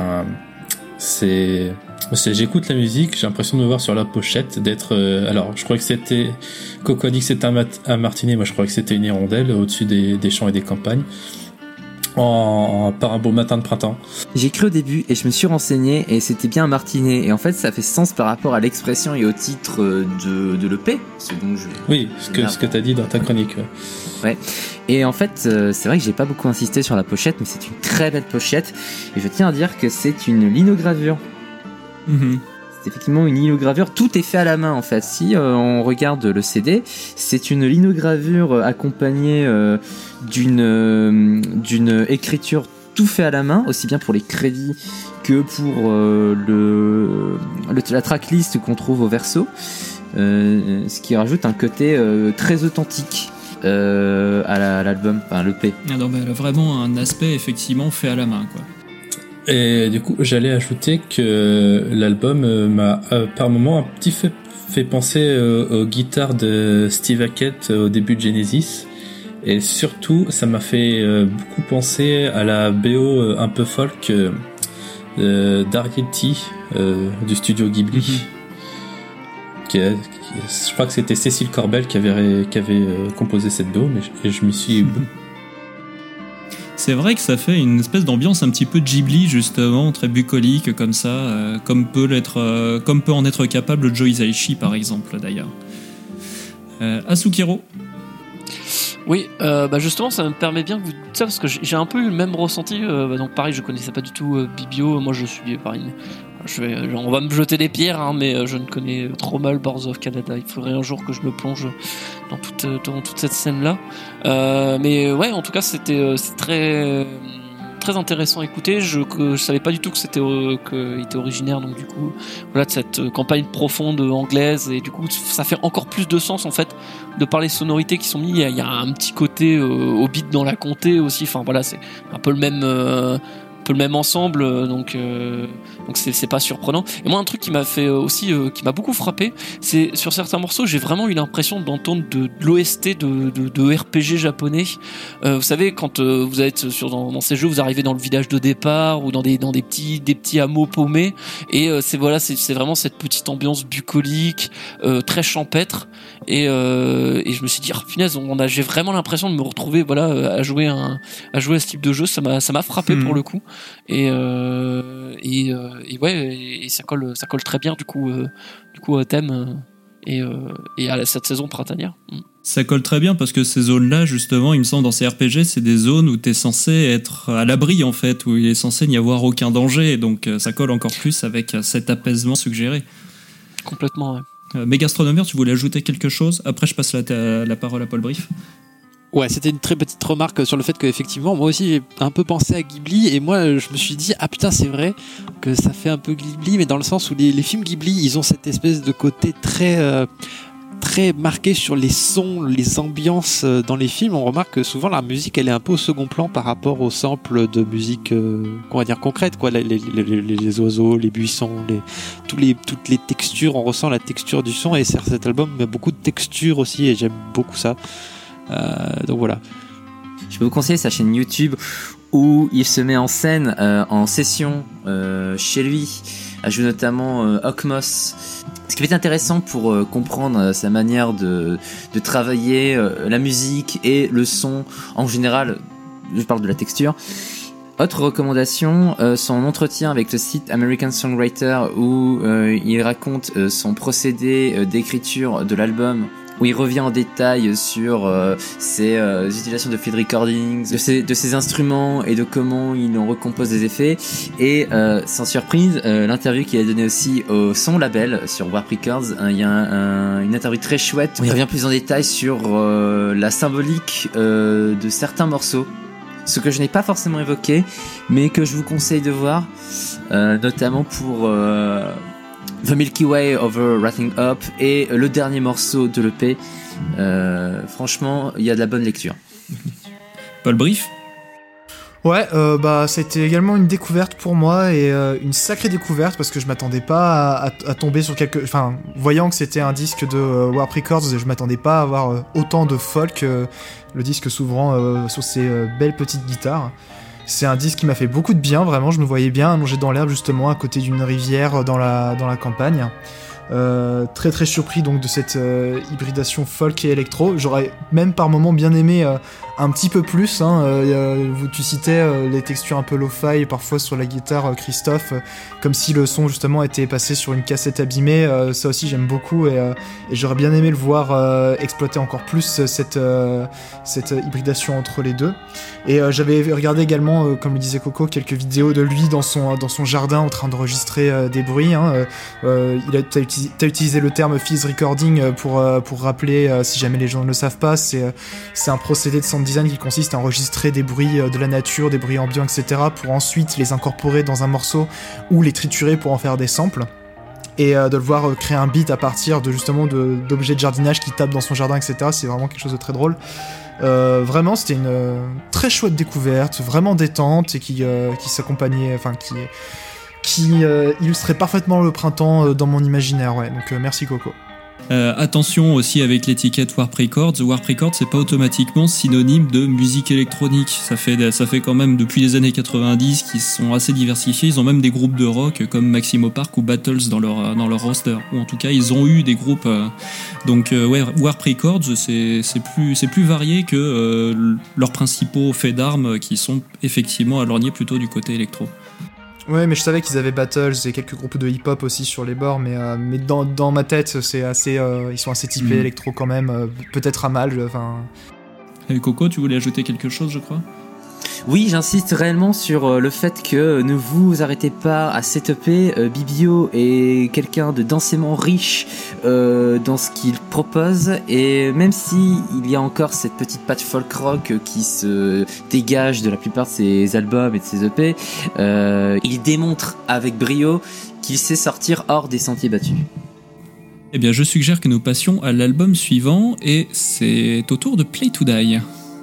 Speaker 9: j'écoute la musique, j'ai l'impression de me voir sur la pochette, d'être. Alors, je crois que c'était Coco a dit que c'était un martinet, moi je crois que c'était une hirondelle au-dessus des champs et des campagnes. Par un beau matin de printemps.
Speaker 8: J'ai cru au début et je me suis renseigné et c'était bien un martinet, et en fait ça fait sens par rapport à l'expression et au titre de l'EP,
Speaker 9: oui, ce que t'as dit dans ta chronique.
Speaker 8: Ouais. Et en fait c'est vrai que j'ai pas beaucoup insisté sur la pochette, mais c'est une très belle pochette et je tiens à dire que c'est une linogravure. C'est effectivement une linogravure, tout est fait à la main en fait. Si on regarde le CD, c'est une linogravure accompagnée d'une écriture tout fait à la main, aussi bien pour les crédits que pour la tracklist qu'on trouve au verso, ce qui rajoute un côté très authentique à l'album, enfin l'EP.
Speaker 5: Non, mais elle a vraiment un aspect effectivement fait à la main, quoi.
Speaker 9: Et du coup, j'allais ajouter que l'album m'a par moments un petit fait penser aux guitares de Steve Hackett au début de Genesis. Et surtout, ça m'a fait beaucoup penser à la BO un peu folk d'Arietti du studio Ghibli. Je crois que c'était Cécile Corbel qui avait composé cette BO, mais je m'y suis...
Speaker 5: C'est vrai que ça fait une espèce d'ambiance un petit peu Ghibli, justement, très bucolique comme ça, comme peut en être capable Joe Hisaishi par exemple d'ailleurs. Asukiro.
Speaker 7: Oui, justement, ça me permet bien que vous dites ça parce que j'ai un peu eu le même ressenti. Donc pareil, je connaissais pas du tout Bibio. Moi, je suis pareil. On va me jeter des pierres, hein, mais je ne connais trop mal Boards of Canada. Il faudrait un jour que je me plonge dans toute cette scène-là. Mais ouais, en tout cas, c'est très très intéressant à écouter. Je savais pas du tout que qu'il était originaire, donc du coup, voilà, de cette campagne profonde anglaise, et du coup, ça fait encore plus de sens en fait de par les sonorités qui sont mises. Il y a un petit côté Hobbit dans la comté aussi. Enfin voilà, c'est un peu le même ensemble, donc c'est pas surprenant. Et moi, un truc qui m'a fait aussi, qui m'a beaucoup frappé, c'est sur certains morceaux, j'ai vraiment eu l'impression d'entendre de l'OST de RPG japonais. Vous savez, quand vous êtes dans ces jeux, vous arrivez dans le village de départ ou dans des petits hameaux paumés, et c'est vraiment cette petite ambiance bucolique, très champêtre. Et je me suis dit, punaise, j'ai vraiment l'impression de me retrouver, voilà, à jouer à ce type de jeu. Ça m'a frappé pour le coup. Et ça colle très bien du coup au thème et à cette saison printanière.
Speaker 5: Ça colle très bien parce que ces zones-là, justement, il me semble, dans ces RPG, c'est des zones où t'es censé être à l'abri, en fait, où il est censé n'y avoir aucun danger, donc ça colle encore plus avec cet apaisement suggéré.
Speaker 7: Complètement, ouais.
Speaker 5: Mégastronomeur, tu voulais ajouter quelque chose? Après, je passe la parole à Paul Brief.
Speaker 10: Ouais, c'était une très petite remarque sur le fait qu'effectivement, moi aussi, j'ai un peu pensé à Ghibli, et moi, je me suis dit, ah putain, c'est vrai que ça fait un peu Ghibli, mais dans le sens où les films Ghibli, ils ont cette espèce de côté très marqué sur les sons, les ambiances dans les films. On remarque que souvent la musique, elle est un peu au second plan par rapport aux samples de musique, on va dire concrète, quoi. Les oiseaux, les buissons, toutes les textures, on ressent la texture du son, et cet album a beaucoup de textures aussi, et j'aime beaucoup ça. Donc voilà.
Speaker 8: Je peux vous conseiller sa chaîne YouTube où il se met en scène en session chez lui, à jouer notamment Okmos. Ce qui est intéressant pour comprendre sa manière de travailler la musique et le son en général. Je parle de la texture. Autre recommandation, son entretien avec le site American Songwriter où il raconte son procédé d'écriture de l'album, où il revient en détail sur ses utilisations de field recordings, de ses instruments et de comment il en recompose des effets. Et sans surprise, l'interview qu'il a donnée aussi au Son Label sur Warp Records, il y a une interview très chouette où il revient plus en détail sur la symbolique de certains morceaux. Ce que je n'ai pas forcément évoqué, mais que je vous conseille de voir, notamment pour The Milky Way over Wrathing Up et le dernier morceau de l'EP. Franchement, il y a de la bonne lecture.
Speaker 5: Paul Brief?
Speaker 6: Ouais, ça a été également une découverte pour moi, et une sacrée découverte, parce que je m'attendais pas à tomber sur enfin, voyant que c'était un disque de Warp Records, je m'attendais pas à avoir autant de folk, le disque s'ouvrant sur ces belles petites guitares. C'est un disque qui m'a fait beaucoup de bien, vraiment. Je me voyais bien allongé dans l'herbe, justement, à côté d'une rivière dans la campagne. Très très surpris donc de cette hybridation folk et électro. J'aurais même par moments bien aimé un petit peu plus, tu citais les textures un peu lo-fi parfois sur la guitare, Christophe, comme si le son justement était passé sur une cassette abîmée. Ça aussi j'aime beaucoup, et j'aurais bien aimé le voir exploiter encore plus cette hybridation entre les deux. Et j'avais regardé également, comme le disait Coco, quelques vidéos de lui dans son jardin en train d'enregistrer des bruits. T'as utilisé le terme fizz recording pour rappeler, si jamais les gens ne le savent pas, c'est un procédé de sound design qui consiste à enregistrer des bruits de la nature, des bruits ambiants, etc., pour ensuite les incorporer dans un morceau ou les triturer pour en faire des samples. Et de le voir créer un beat à partir d'objets de jardinage qui tapent dans son jardin, etc., c'est vraiment quelque chose de très drôle. Vraiment, c'était une très chouette découverte, vraiment détente, et qui s'accompagnait, enfin qui illustrait parfaitement le printemps dans mon imaginaire. Ouais, donc merci Coco.
Speaker 5: Attention aussi avec l'étiquette Warp Records. Warp Records, c'est pas automatiquement synonyme de musique électronique. Ça fait quand même depuis les années 90 qu'ils sont assez diversifiés. Ils ont même des groupes de rock comme Maximo Park ou Battles dans leur roster. Ou en tout cas, ils ont eu des groupes. Donc Warp Records, c'est plus varié que leurs principaux faits d'armes qui sont effectivement à lorgner plutôt du côté électro.
Speaker 6: Ouais, mais je savais qu'ils avaient Battles et quelques groupes de hip-hop aussi sur les bords, mais dans ma tête, c'est assez, ils sont assez typés électro quand même, peut-être à mal. Enfin.
Speaker 5: Coco, tu voulais ajouter quelque chose, je crois?
Speaker 8: Oui, j'insiste réellement sur le fait que ne vous arrêtez pas à setuper. Bibio est quelqu'un de densément riche dans ce qu'il propose, et même si il y a encore cette petite patte folk rock qui se dégage de la plupart de ses albums et de ses EP, il démontre avec brio qu'il sait sortir hors des sentiers battus.
Speaker 5: Eh bien, je suggère que nous passions à l'album suivant, et c'est au tour de Play to Die.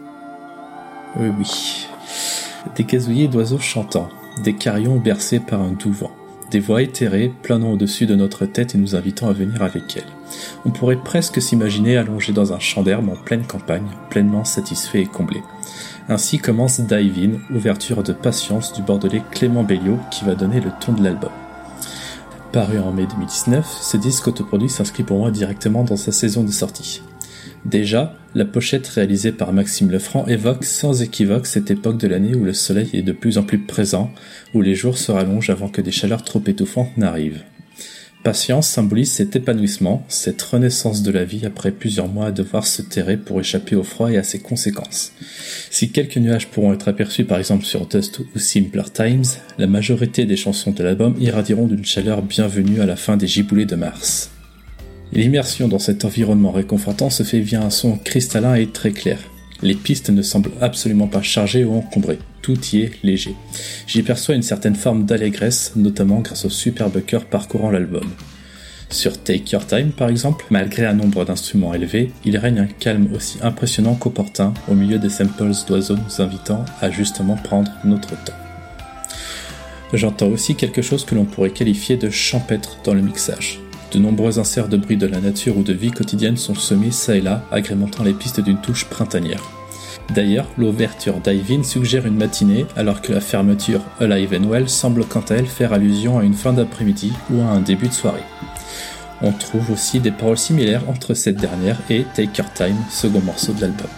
Speaker 9: Oui. Des gazouillis d'oiseaux chantants, des carillons bercés par un doux vent, des voix éthérées planant au-dessus de notre tête et nous invitant à venir avec elles. On pourrait presque s'imaginer allongé dans un champ d'herbe en pleine campagne, pleinement satisfait et comblé. Ainsi commence Dive In, ouverture de Patience du bordelais Clément Belliot qui va donner le ton de l'album. Paru en mai 2019, ce disque autoproduit s'inscrit pour moi directement dans sa saison de sortie. Déjà, la pochette réalisée par Maxime Lefranc évoque sans équivoque cette époque de l'année où le soleil est de plus en plus présent, où les jours se rallongent avant que des chaleurs trop étouffantes n'arrivent. Patience symbolise cet épanouissement, cette renaissance de la vie après plusieurs mois à devoir se terrer pour échapper au froid et à ses conséquences. Si quelques nuages pourront être aperçus par exemple sur Dust ou Simpler Times, la majorité des chansons de l'album irradieront d'une chaleur bienvenue à la fin des giboulées de mars. L'immersion dans cet environnement réconfortant se fait via un son cristallin et très clair. Les pistes ne semblent absolument pas chargées ou encombrées, tout y est léger. J'y perçois une certaine forme d'allégresse, notamment grâce au superbe chœur parcourant l'album. Sur Take Your Time par exemple, malgré un nombre d'instruments élevé, il règne un calme aussi impressionnant qu'opportun au milieu des samples d'oiseaux nous invitant à justement prendre notre temps. J'entends aussi quelque chose que l'on pourrait qualifier de champêtre dans le mixage. De nombreux inserts de bruit de la nature ou de vie quotidienne sont semés çà et là, agrémentant les pistes d'une touche printanière. D'ailleurs, l'ouverture Dive In suggère une matinée, alors que la fermeture Alive and Well semble quant à elle faire allusion à une fin d'après-midi ou à un début de soirée. On trouve aussi des paroles similaires entre cette dernière et Take Your Time, second morceau de l'album.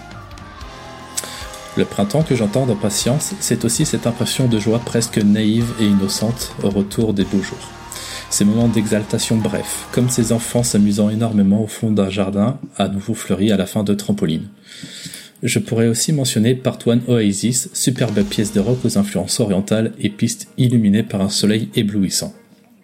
Speaker 9: Le printemps que j'entends dans Patience, c'est aussi cette impression de joie presque naïve et innocente au retour des beaux jours. Ces moments d'exaltation brefs, comme ces enfants s'amusant énormément au fond d'un jardin à nouveau fleuri à la fin de Trampoline. Je pourrais aussi mentionner Part 1 Oasis, superbe pièce de rock aux influences orientales et piste illuminée par un soleil éblouissant.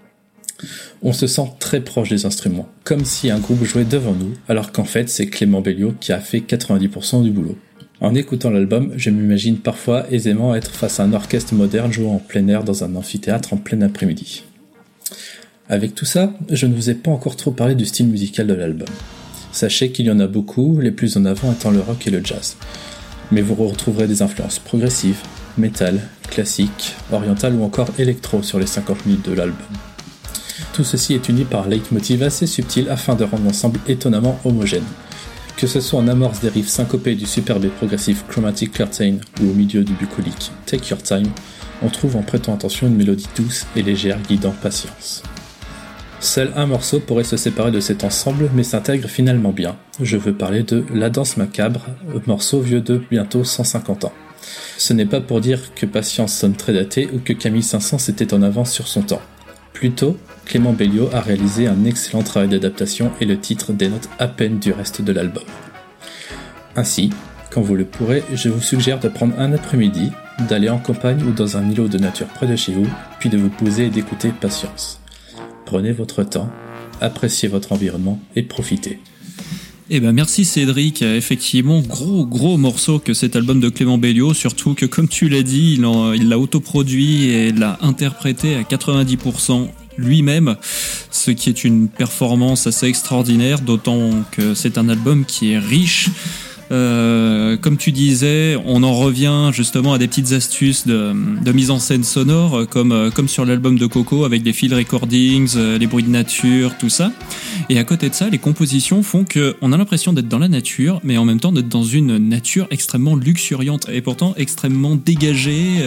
Speaker 9: On se sent très proche des instruments, comme si un groupe jouait devant nous, alors qu'en fait c'est Clément Belliot qui a fait 90% du boulot. En écoutant l'album, je m'imagine parfois aisément être face à un orchestre moderne jouant en plein air dans un amphithéâtre en plein après-midi. Avec tout ça, je ne vous ai pas encore trop parlé du style musical de l'album. Sachez qu'il y en a beaucoup, les plus en avant étant le rock et le jazz. Mais vous retrouverez des influences progressives, métal, classique, oriental ou encore électro sur les 50 minutes de l'album. Tout ceci est uni par leitmotiv assez subtil afin de rendre l'ensemble étonnamment homogène. Que ce soit en amorce des riffs syncopés du superbe et progressif Chromatic Curtain ou au milieu du bucolique Take Your Time, on trouve en prêtant attention une mélodie douce et légère guidant Patience. Seul un morceau pourrait se séparer de cet ensemble, mais s'intègre finalement bien. Je veux parler de La Danse Macabre, morceau vieux de bientôt 150 ans. Ce n'est pas pour dire que Patience sonne très daté ou que Camille Saint-Saëns était en avance sur son temps. Plutôt, Clément Belliot a réalisé un excellent travail d'adaptation et le titre dénote à peine du reste de l'album. Ainsi, quand vous le pourrez, je vous suggère de prendre un après-midi, d'aller en campagne ou dans un îlot de nature près de chez vous, puis de vous poser et d'écouter Patience. Prenez votre temps, appréciez votre environnement et profitez.
Speaker 5: Eh ben merci Cédric, effectivement gros morceau que cet album de Clément Belliot, surtout que comme tu l'as dit, il l'a autoproduit et l'a interprété à 90% lui-même, ce qui est une performance assez extraordinaire, d'autant que c'est un album qui est riche. Comme tu disais, on en revient justement à des petites astuces de mise en scène sonore, comme sur l'album de Coco avec des field recordings, les bruits de nature, tout ça. Et à côté de ça, les compositions font qu'on a l'impression d'être dans la nature, mais en même temps d'être dans une nature extrêmement luxuriante et pourtant extrêmement dégagée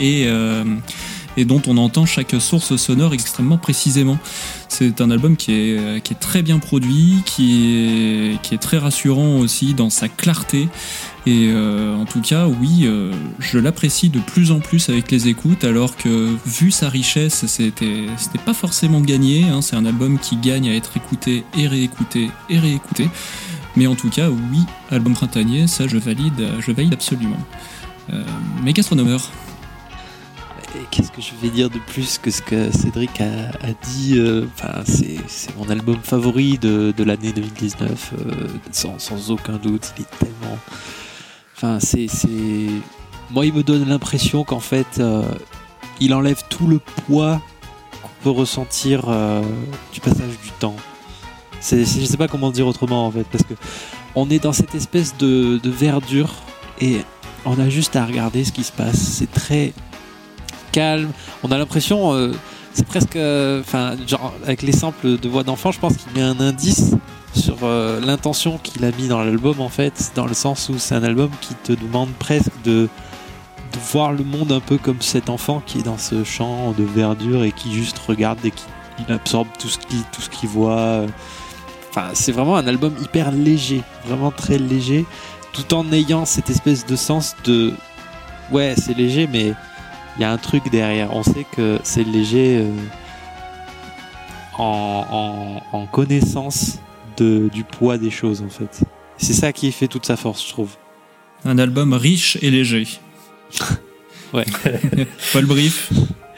Speaker 5: et dont on entend chaque source sonore extrêmement précisément. C'est un album qui est très bien produit, qui est très rassurant aussi dans sa clarté. Et en tout cas, oui, je l'apprécie de plus en plus avec les écoutes, alors que vu sa richesse, c'était pas forcément gagné. Hein. C'est un album qui gagne à être écouté et réécouté et réécouté. Mais en tout cas, oui, album printanier, ça je valide absolument. Mais gastronomeur.
Speaker 10: Et qu'est-ce que je vais dire de plus que ce que Cédric a dit enfin, c'est mon album favori de l'année 2019, sans aucun doute. Il est tellement... Enfin, moi, il me donne l'impression qu'en fait, il enlève tout le poids qu'on peut ressentir du passage du temps. Je sais pas comment dire autrement, en fait, parce que on est dans cette espèce de verdure et on a juste à regarder ce qui se passe. C'est très calme. On a l'impression, c'est presque, enfin, genre avec les samples de voix d'enfant, je pense qu'il met un indice sur l'intention qu'il a mis dans l'album, en fait, dans le sens où c'est un album qui te demande presque de voir le monde un peu comme cet enfant qui est dans ce champ de verdure et qui juste regarde et qui absorbe tout ce qu'il voit. Enfin, c'est vraiment un album hyper léger, vraiment très léger, tout en ayant cette espèce de sens de ouais, c'est léger, mais il y a un truc derrière. On sait que c'est léger en connaissance du poids des choses, en fait. C'est ça qui fait toute sa force, je trouve.
Speaker 5: Un album riche et léger.
Speaker 10: Ouais.
Speaker 5: Paul Brief.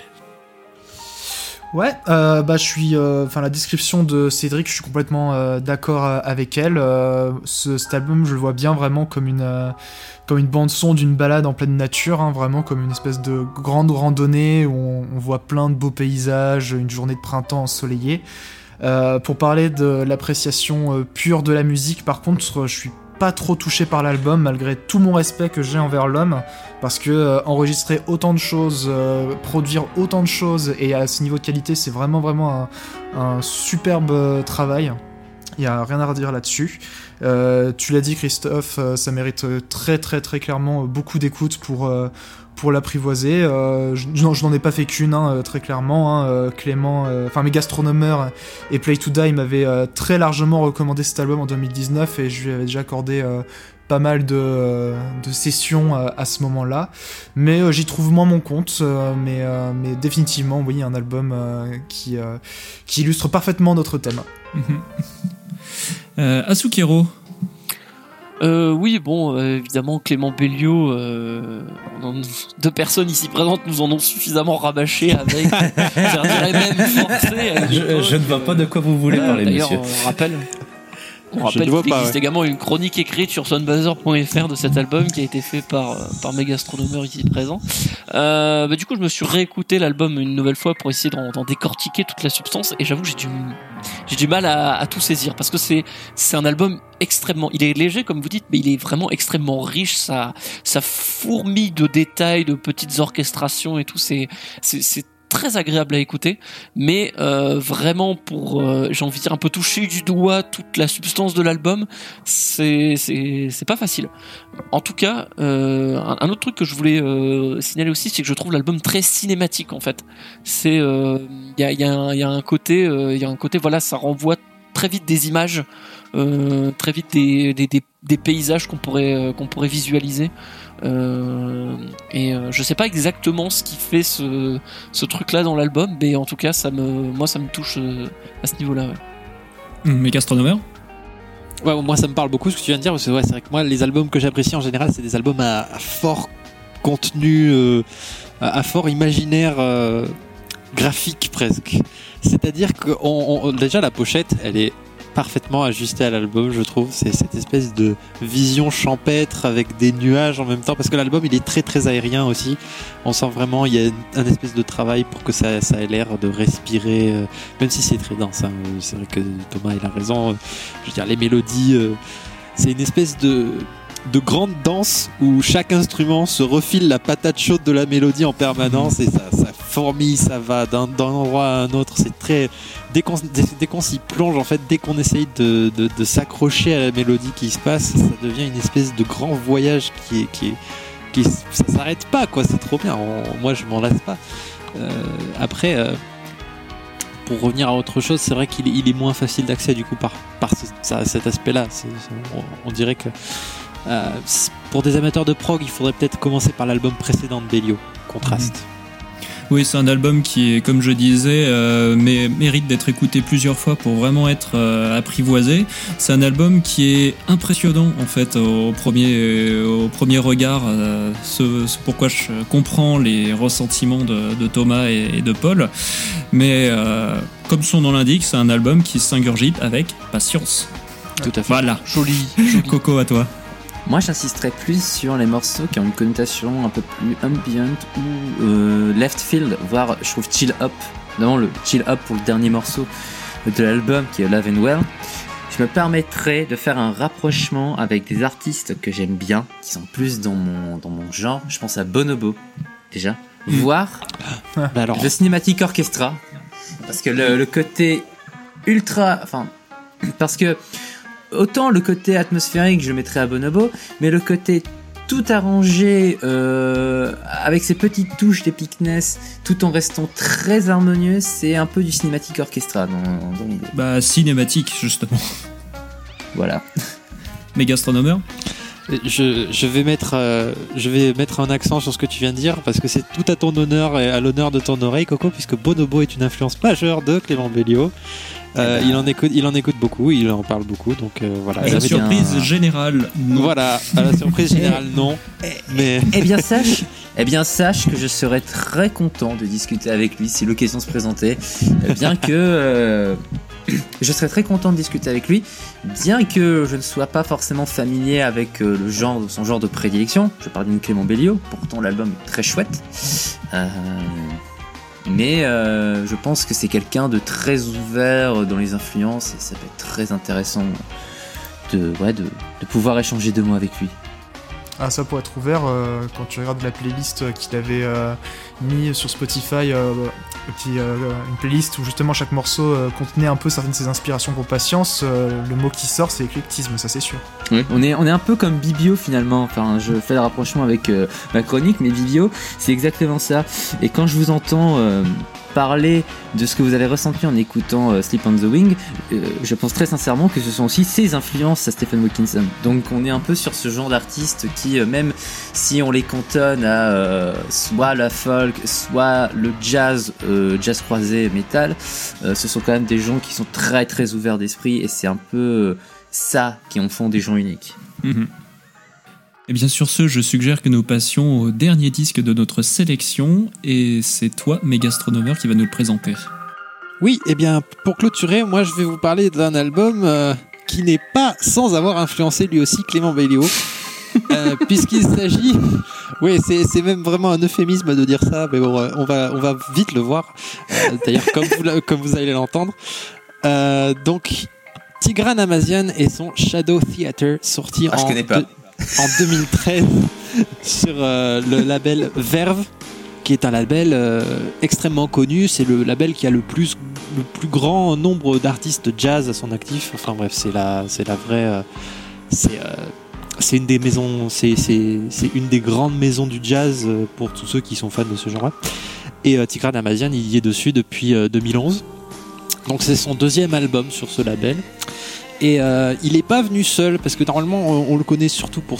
Speaker 6: Ouais, je suis, la description de Cédric, je suis complètement d'accord avec elle. Cet album, je le vois bien vraiment comme une bande son d'une balade en pleine nature, hein, vraiment comme une espèce de grande randonnée où on voit plein de beaux paysages, une journée de printemps ensoleillée. Pour parler de l'appréciation pure de la musique, par contre, je suis pas trop touché par l'album malgré tout mon respect que j'ai envers l'homme, parce que enregistrer autant de choses, produire autant de choses et à ce niveau de qualité, c'est vraiment un superbe travail. Il y a rien à redire là-dessus. Tu l'as dit, Christophe, ça mérite très clairement beaucoup d'écoute pour l'apprivoiser. Je n'en ai pas fait qu'une, hein, très clairement. Clément, mes gastronomeurs et Play to Die m'avaient très largement recommandé cet album en 2019 et je lui avais déjà accordé pas mal de sessions à ce moment-là. Mais j'y trouve moins mon compte. Mais définitivement, oui, un album qui illustre parfaitement notre thème.
Speaker 5: Asukero.
Speaker 7: Oui, bon, évidemment, Clément Belliot, deux personnes ici présentes nous en ont suffisamment rabâché avec, je dirais même forcé.
Speaker 9: Je ne vois pas de quoi vous voulez parler,
Speaker 7: d'ailleurs,
Speaker 9: monsieur.
Speaker 7: On rappelle qu'il existe également une chronique écrite sur soundbazer.fr de cet album qui a été fait par mes gastronomeurs ici présents. Du coup, je me suis réécouté l'album une nouvelle fois pour essayer d'en décortiquer toute la substance et j'avoue que j'ai du mal à tout saisir parce que c'est un album extrêmement, il est léger comme vous dites, mais il est vraiment extrêmement riche, ça fourmille de détails, de petites orchestrations et tout, c'est très agréable à écouter, mais vraiment pour, j'ai envie de dire, un peu toucher du doigt toute la substance de l'album, c'est pas facile. En tout cas, un autre truc que je voulais signaler aussi, c'est que je trouve l'album très cinématique en fait. C'est, il y a un côté, voilà, ça renvoie très vite des images, très vite des paysages qu'on pourrait visualiser. Je sais pas exactement ce qui fait ce truc-là dans l'album, mais en tout cas, ça me touche à ce niveau-là. Ouais.
Speaker 5: Mais gastronomeur.
Speaker 10: Ouais, moi ça me parle beaucoup ce que tu viens de dire, parce que ouais, c'est vrai que moi les albums que j'apprécie en général, c'est des albums à fort contenu, à fort imaginaire graphique presque. C'est-à-dire que déjà la pochette, elle est parfaitement ajusté à l'album, je trouve. C'est cette espèce de vision champêtre avec des nuages en même temps, parce que l'album il est très aérien aussi. On sent vraiment il y a un espèce de travail pour que ça ait l'air de respirer, même si c'est très dense, hein. C'est vrai que Thomas il a raison. Je veux dire, les mélodies, c'est une espèce de grande danse où chaque instrument se refile la patate chaude de la mélodie en permanence et ça fourmille, ça va d'un endroit à un autre. C'est très, dès qu'on s'y plonge, en fait, dès qu'on essaye de s'accrocher à la mélodie qui se passe, ça devient une espèce de grand voyage qui ça s'arrête pas, quoi. C'est trop bien. Moi je m'en lasse pas. Après, pour revenir à autre chose, c'est vrai qu'il est moins facile d'accès du coup par cet aspect-là. On dirait que pour des amateurs de prog, il faudrait peut-être commencer par l'album précédent de Belliot, Contraste.
Speaker 5: Oui, c'est un album qui est, comme je disais, mérite d'être écouté plusieurs fois pour vraiment être apprivoisé. C'est un album qui est impressionnant en fait au premier regard. Ce pourquoi je comprends les ressentiments de Thomas et de Paul. Mais comme son nom l'indique, c'est un album qui s'ingurgite avec patience.
Speaker 10: Tout à fait.
Speaker 5: Voilà.
Speaker 7: Joli.
Speaker 5: Coco, à toi.
Speaker 8: Moi, j'insisterais plus sur les morceaux qui ont une connotation un peu plus ambient ou left field, voire je trouve chill up. Notamment le chill up pour le dernier morceau de l'album qui est Love and Well. Je me permettrais de faire un rapprochement avec des artistes que j'aime bien, qui sont plus dans mon genre. Je pense à Bonobo, déjà. Voire le Cinematic Orchestra. Parce que le côté ultra... Enfin, parce que... Autant le côté atmosphérique, je le mettrais à Bonobo, mais le côté tout arrangé, avec ses petites touches d'epicness, tout en restant très harmonieux, c'est un peu du Cinematic Orchestra dans l'idée.
Speaker 5: Bah, cinématique, justement.
Speaker 8: Voilà.
Speaker 5: Mégastronomeur.
Speaker 10: Je vais mettre un accent sur ce que tu viens de dire parce que c'est tout à ton honneur et à l'honneur de ton oreille, Coco, puisque Bonobo est une influence majeure de Clément Béliot. Il en écoute beaucoup, il en parle beaucoup, donc voilà.
Speaker 5: À la surprise générale, non.
Speaker 10: Voilà, à la surprise générale, non. Mais
Speaker 8: Eh bien sache que je serais très content de discuter avec lui si l'occasion se présentait, bien que je serais très content de discuter avec lui, bien que je ne sois pas forcément familier avec son genre de prédilection. Je parle d'une Clément Béliot, pourtant l'album est très chouette. Mais je pense que c'est quelqu'un de très ouvert dans les influences et ça peut être très intéressant de pouvoir échanger 2 mots avec lui.
Speaker 6: Ah, ça pour être ouvert, quand tu regardes la playlist qu'il avait mis sur Spotify, une playlist où justement chaque morceau contenait un peu certaines de ses inspirations pour Patience, le mot qui sort c'est éclectisme, ça c'est sûr.
Speaker 8: Oui, on est un peu comme Bibio finalement, enfin je fais le rapprochement avec ma chronique, mais Bibio c'est exactement ça. Et quand je vous entends parler de ce que vous avez ressenti en écoutant Sleep on the Wing, je pense très sincèrement que ce sont aussi ses influences à Stephen Wilkinson. Donc on est un peu sur ce genre d'artistes qui, même si on les cantonne à soit la folk, soit le jazz croisé, métal, ce sont quand même des gens qui sont très très ouverts d'esprit et c'est un peu ça qui en font des gens uniques.
Speaker 5: Mm-hmm. Et bien sur ce, je suggère que nous passions au dernier disque de notre sélection, et c'est toi, Mégastronomeur, qui va nous le présenter.
Speaker 10: oui, eh bien pour clôturer, moi je vais vous parler d'un album qui n'est pas sans avoir influencé lui aussi Clément Béliot. Puisqu'il s'agit, oui, c'est même vraiment un euphémisme de dire ça, mais bon, on va vite le voir. D'ailleurs, comme vous allez l'entendre. Donc, Tigran Amazian et son Shadow Theater, sorti en 2013 sur le label Verve, qui est un label extrêmement connu. C'est le label qui a le plus grand nombre d'artistes jazz à son actif. Enfin bref, c'est la vraie. C'est une des maisons, c'est une des grandes maisons du jazz pour tous ceux qui sont fans de ce genre-là. Et Tigran Amazian, il y est dessus depuis 2011. Donc c'est son 2e album sur ce label. Et il n'est pas venu seul, parce que normalement on le connaît surtout pour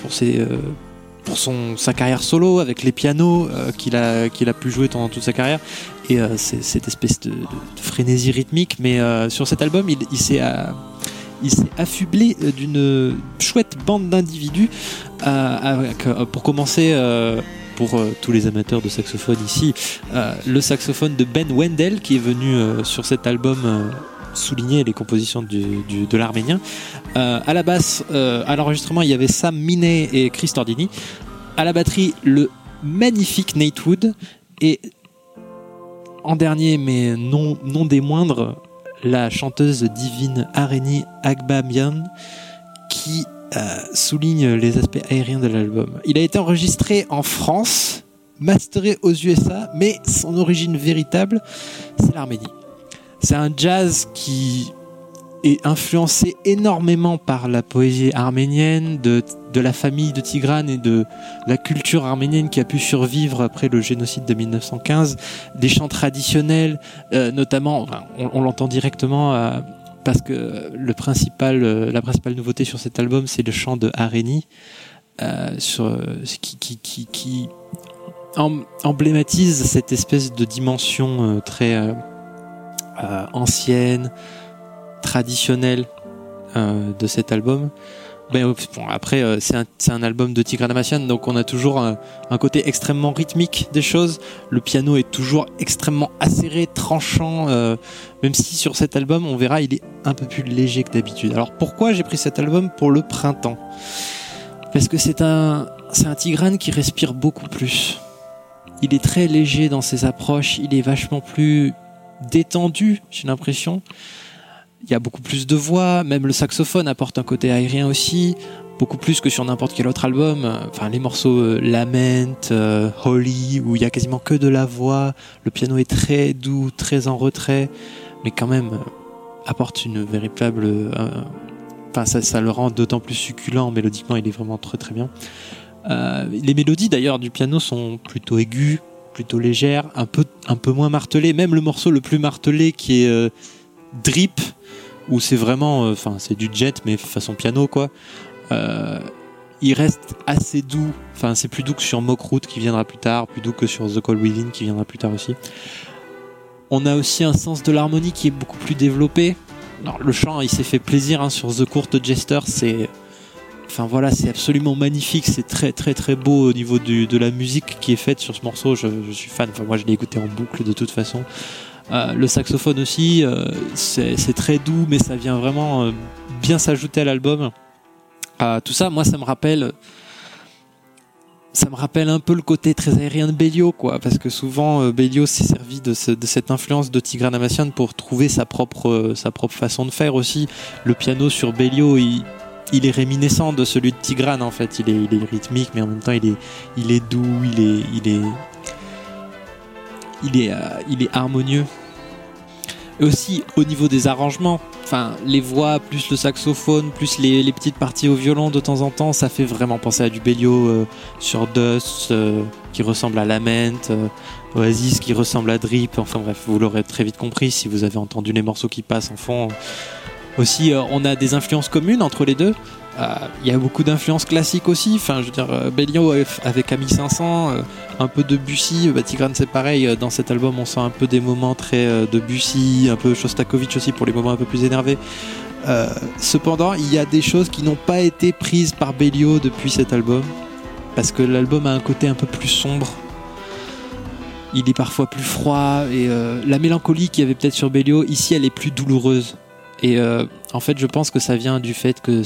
Speaker 10: sa carrière solo avec les pianos qu'il a pu jouer pendant toute sa carrière et cette espèce de frénésie rythmique. Mais sur cet album, il s'est affublé d'une chouette bande d'individus pour commencer. Pour tous les amateurs de saxophone ici, le saxophone de Ben Wendell qui est venu sur cet album souligner les compositions de l'arménien. À la basse, à l'enregistrement, il y avait Sam Minet et Chris Tordini. À la batterie, le magnifique Nate Wood. Et en dernier, mais non des moindres, la chanteuse divine Areni Agbamian qui souligne les aspects aériens de l'album. Il a été enregistré en France, masteré aux USA, mais son origine véritable, c'est l'Arménie. C'est un jazz qui est influencé énormément par la poésie arménienne, de la famille de Tigran et de la culture arménienne qui a pu survivre après le génocide de 1915, des chants traditionnels, notamment, on l'entend directement parce que la principale nouveauté sur cet album, c'est le chant de Areni, qui emblématise cette espèce de dimension très ancienne, traditionnelle de cet album. Bon, après, c'est un album de Tigran Amassian, donc on a toujours un côté extrêmement rythmique des choses. Le piano est toujours extrêmement acéré, tranchant, même si sur cet album, on verra, il est un peu plus léger que d'habitude. Alors pourquoi j'ai pris cet album pour le printemps ? Parce que c'est un Tigran qui respire beaucoup plus. Il est très léger dans ses approches, il est vachement plus détendu, j'ai l'impression. Il y a beaucoup plus de voix, même le saxophone apporte un côté aérien aussi, beaucoup plus que sur n'importe quel autre album. Enfin, les morceaux Lament, Holy, où il y a quasiment que de la voix, le piano est très doux, très en retrait, mais quand même apporte une véritable... ça le rend d'autant plus succulent, mélodiquement il est vraiment très très bien. Les mélodies d'ailleurs du piano sont plutôt aiguës, plutôt légères, un peu moins martelées, même le morceau le plus martelé qui est Drip, où c'est vraiment, c'est du jet mais façon piano quoi. Il reste assez doux, c'est plus doux que sur Mock Route qui viendra plus tard, plus doux que sur The Call Within qui viendra plus tard aussi. On a aussi un sens de l'harmonie qui est beaucoup plus développé. Alors, le chant il s'est fait plaisir sur The Court Jester, c'est absolument magnifique, c'est très très très beau au niveau de la musique qui est faite sur ce morceau, je suis fan, moi je l'ai écouté en boucle de toute façon. Le saxophone aussi, c'est très doux, mais ça vient vraiment bien s'ajouter à l'album. Tout ça, moi, ça me rappelle un peu le côté très aérien de Bélio, quoi, parce que souvent Bélio s'est servi de cette influence de Tigran Amassian pour trouver sa propre façon de faire aussi. Le piano sur Bélio, il est réminiscent de celui de Tigran en fait. Il est rythmique, mais en même temps il est doux, il est harmonieux. Et aussi au niveau des arrangements, les voix plus le saxophone plus les petites parties au violon de temps en temps, ça fait vraiment penser à du Bélio sur Dust qui ressemble à Lament, Oasis qui ressemble à Drip. Enfin bref, vous l'aurez très vite compris si vous avez entendu les morceaux qui passent en fond. Aussi, on a des influences communes entre les deux. Il y a beaucoup d'influences classiques aussi. Bélio avec Camille 500, un peu de Debussy. Tigran c'est pareil. Dans cet album, on sent un peu des moments très Debussy, un peu Shostakovich aussi pour les moments un peu plus énervés. Cependant, il y a des choses qui n'ont pas été prises par Bélio depuis cet album, parce que l'album a un côté un peu plus sombre. Il est parfois plus froid et la mélancolie qu'il y avait peut-être sur Bélio, ici, elle est plus douloureuse. Et en fait, je pense que ça vient du fait que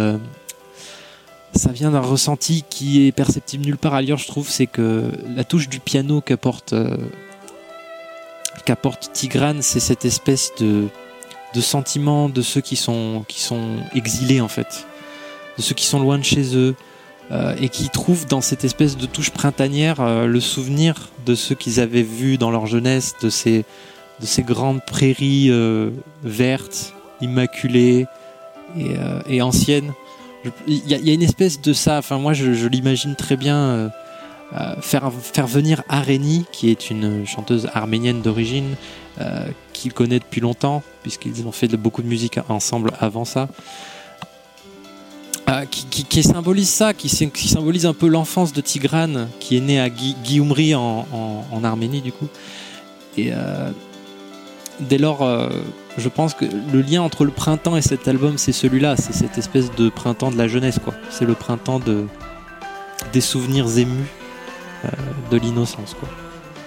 Speaker 10: ça vient d'un ressenti qui est perceptible nulle part ailleurs, je trouve. C'est que la touche du piano qu'apporte Tigran, c'est cette espèce de sentiment de ceux qui sont exilés en fait, de ceux qui sont loin de chez eux et qui trouvent dans cette espèce de touche printanière le souvenir de ceux qu'ils avaient vus dans leur jeunesse, de ces grandes prairies vertes, immaculées et anciennes. Il y a une espèce de ça, moi je l'imagine très bien faire venir Areni, qui est une chanteuse arménienne d'origine qu'il connaît depuis longtemps puisqu'ils ont fait beaucoup de musique ensemble avant ça, qui symbolise ça, qui symbolise un peu l'enfance de Tigran qui est né à Gyumri en Arménie du coup. Et dès lors, je pense que le lien entre le printemps et cet album, c'est celui-là, c'est cette espèce de printemps de la jeunesse, quoi. C'est le printemps des souvenirs émus, de l'innocence, quoi.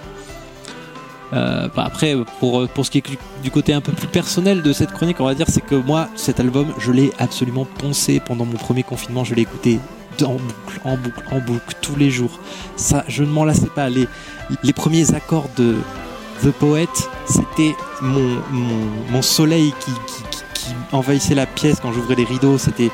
Speaker 10: Après, pour ce qui est du côté un peu plus personnel de cette chronique, on va dire, c'est que moi, cet album, je l'ai absolument poncé pendant mon premier confinement, je l'ai écouté en boucle, tous les jours. Ça, je ne m'en lassais pas. Les premiers accords de The Poet, c'était mon soleil qui envahissait la pièce quand j'ouvrais les rideaux. C'était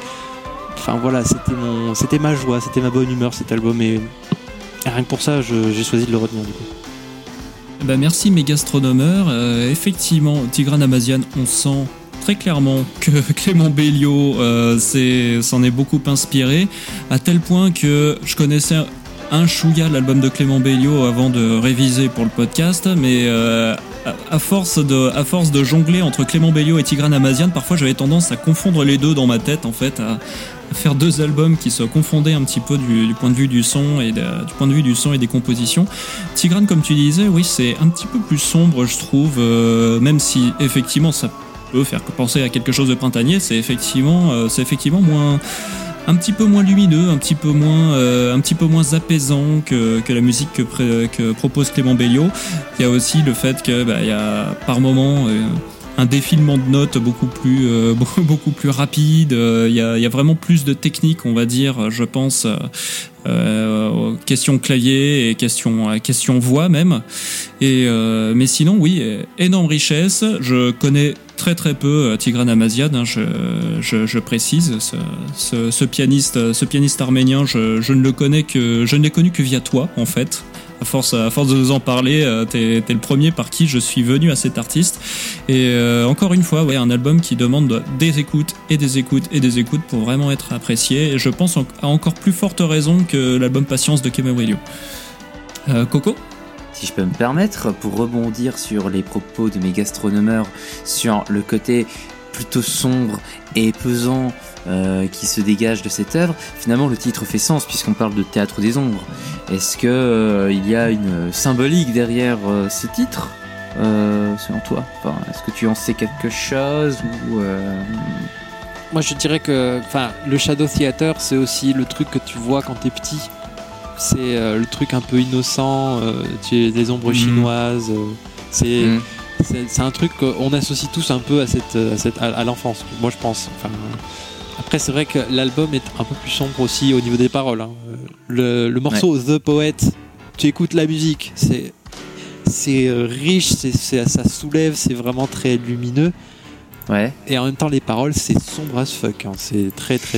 Speaker 10: ma joie, c'était ma bonne humeur cet album, et rien que pour ça j'ai choisi de le retenir du coup.
Speaker 5: Merci mes gastronomeurs. Effectivement, Tigran Amassian, on sent très clairement que Clément Bélio s'en est beaucoup inspiré, à tel point que je connaissais un chouïa l'album de Clément Bélio avant de réviser pour le podcast, mais à force de jongler entre Clément Belliot et Tigran Amazian, parfois j'avais tendance à confondre les deux dans ma tête, en fait, à faire deux albums qui se confondaient un petit peu du point de vue du son et des compositions. Tigran, comme tu disais, oui, c'est un petit peu plus sombre, je trouve, même si effectivement ça peut faire penser à quelque chose de printanier, c'est effectivement moins, un petit peu moins lumineux, un petit peu moins apaisant que la musique que propose Clément Belliot. Il y a aussi le fait que il y a par moment un défilement de notes beaucoup plus rapide. Il y a vraiment plus de technique, on va dire, je pense, question clavier et question voix même. Mais sinon, oui, énorme richesse. Je connais très très peu Tigran Amazian, hein, je précise. Ce pianiste arménien, je ne l'ai connu que via toi, en fait. À force de nous en parler, t'es le premier par qui je suis venu à cet artiste. Et encore une fois, ouais, un album qui demande des écoutes et des écoutes et des écoutes pour vraiment être apprécié. Et je pense à encore plus forte raison que l'album Patience de Clément Belliot. Coco ?
Speaker 8: Si je peux me permettre, pour rebondir sur les propos de mes gastronomeurs sur le côté plutôt sombre et pesant qui se dégage de cette œuvre, finalement le titre fait sens puisqu'on parle de théâtre des ombres. Est-ce que il y a une symbolique derrière ce titre selon toi? Enfin, est-ce que tu en sais quelque chose ou
Speaker 10: Moi je dirais que le Shadow Theater, c'est aussi le truc que tu vois quand t'es petit. C'est le truc un peu innocent, des ombres chinoises. C'est un truc qu'on associe tous un peu à l'enfance. Moi je pense. Après c'est vrai que l'album est un peu plus sombre aussi au niveau des paroles. Hein. Le morceau The Poet, tu écoutes la musique, c'est riche, ça soulève, c'est vraiment très lumineux.
Speaker 8: Ouais. Et
Speaker 10: en même temps les paroles c'est sombre as fuck. Hein. C'est très très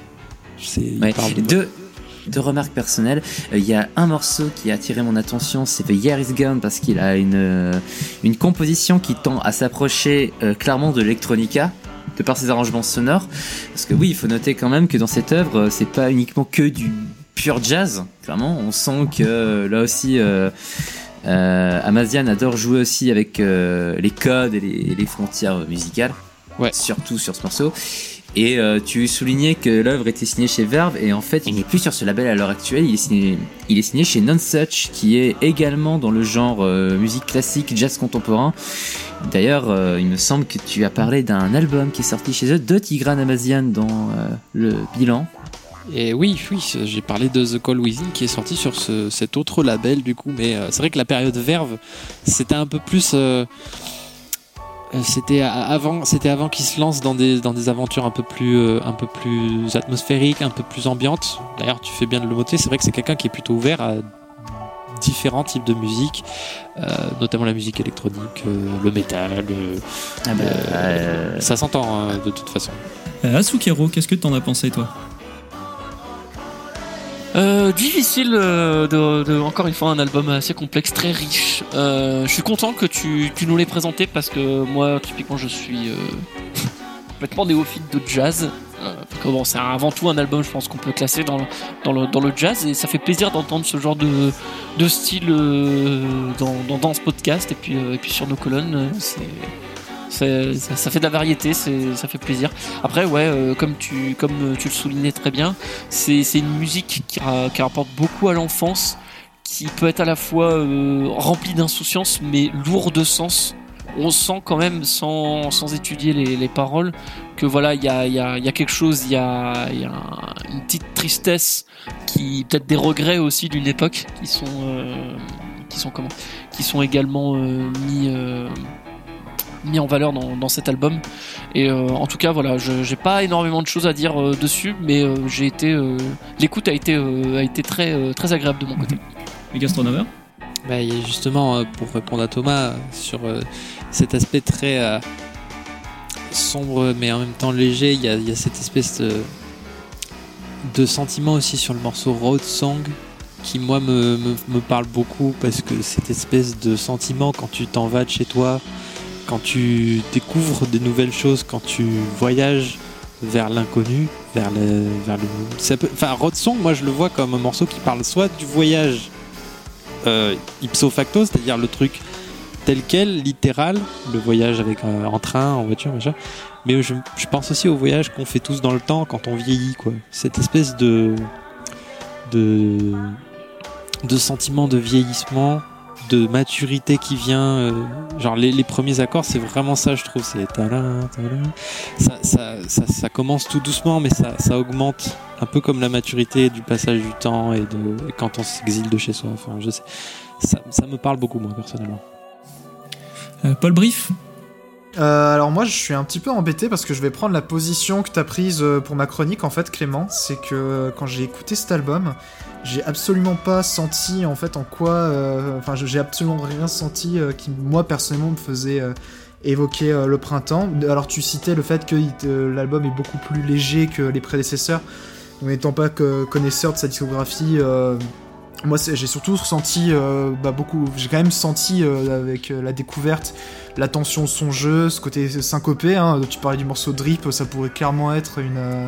Speaker 10: sombre.
Speaker 8: Deux remarques personnelles. Il y a un morceau qui a attiré mon attention, c'est The Year Is Gone, parce qu'il a une composition qui tend à s'approcher clairement de l'electronica, de par ses arrangements sonores. Parce que oui, il faut noter quand même que dans cette œuvre, c'est pas uniquement que du pur jazz. Clairement, on sent que là aussi, Amazian adore jouer aussi avec les codes et les frontières musicales.
Speaker 10: Ouais.
Speaker 8: Surtout sur ce morceau. Et tu soulignais que l'œuvre était signée chez Verve, et en fait il n'est plus sur ce label à l'heure actuelle, il est signé chez Nonesuch, qui est également dans le genre musique classique, jazz contemporain. D'ailleurs il me semble que tu as parlé d'un album qui est sorti chez eux de Tigran Amazian dans le bilan.
Speaker 10: Et oui, j'ai parlé de The Call Within qui est sorti sur cet autre label du coup, mais c'est vrai que la période Verve c'était un peu plus... C'était avant qu'il se lance dans des aventures un peu plus atmosphériques, un peu plus ambiantes. D'ailleurs, tu fais bien de le noter. C'est vrai que c'est quelqu'un qui est plutôt ouvert à différents types de musique, notamment la musique électronique, le métal. Ça s'entend de toute façon.
Speaker 5: Asukero, qu'est-ce que t'en as pensé toi?
Speaker 7: Difficile encore une fois un album assez complexe, très riche. Je suis content que tu nous l'aies présenté parce que moi typiquement je suis complètement néophyte de jazz. Parce que bon, c'est avant tout un album je pense qu'on peut classer dans le jazz, et ça fait plaisir d'entendre ce genre de style dans ce podcast et puis sur nos colonnes. Ça fait de la variété, ça fait plaisir. Après, ouais, comme tu le soulignais très bien, c'est une musique qui rapporte beaucoup à l'enfance, qui peut être à la fois remplie d'insouciance, mais lourde de sens. On sent quand même, sans étudier les paroles, que voilà, il y a quelque chose, il y a une petite tristesse, peut-être des regrets aussi d'une époque qui sont également mis en valeur dans cet album. Et en tout cas voilà, j'ai pas énormément de choses à dire dessus, mais l'écoute a été très très agréable de mon côté.
Speaker 5: Les gastronomeurs,
Speaker 10: il y a justement pour répondre à Thomas sur cet aspect très sombre mais en même temps léger, il y a cette espèce de sentiment aussi sur le morceau Road Song qui moi me parle beaucoup, parce que cette espèce de sentiment quand tu t'en vas de chez toi, quand tu découvres des nouvelles choses, quand tu voyages vers l'inconnu, vers le Road Song, moi je le vois comme un morceau qui parle soit du voyage ipso facto, c'est-à-dire le truc tel quel, littéral, le voyage avec en train, en voiture, machin. Mais je pense aussi au voyage qu'on fait tous dans le temps quand on vieillit, quoi. Cette espèce de sentiment de vieillissement, de maturité qui vient. Genre les premiers accords, c'est vraiment ça, je trouve. C'est ta-da, ta-da. Ça commence tout doucement, mais ça augmente. Un peu comme la maturité du passage du temps et quand on s'exile de chez soi. Enfin, je sais. Ça me parle beaucoup, moi, personnellement.
Speaker 5: Paul Brief.
Speaker 6: Alors moi je suis un petit peu embêté parce que je vais prendre la position que t'as prise pour ma chronique en fait Clément, c'est que quand j'ai écouté cet album, j'ai absolument pas senti en fait en quoi, j'ai absolument rien senti qui moi personnellement me faisait évoquer le printemps. Alors tu citais le fait que l'album est beaucoup plus léger que les prédécesseurs, n'étant pas connaisseur de sa discographie. Moi, j'ai surtout ressenti beaucoup. J'ai quand même senti avec la découverte la tension de son jeu, ce côté syncopé. Hein. Tu parlais du morceau Drip, ça pourrait clairement être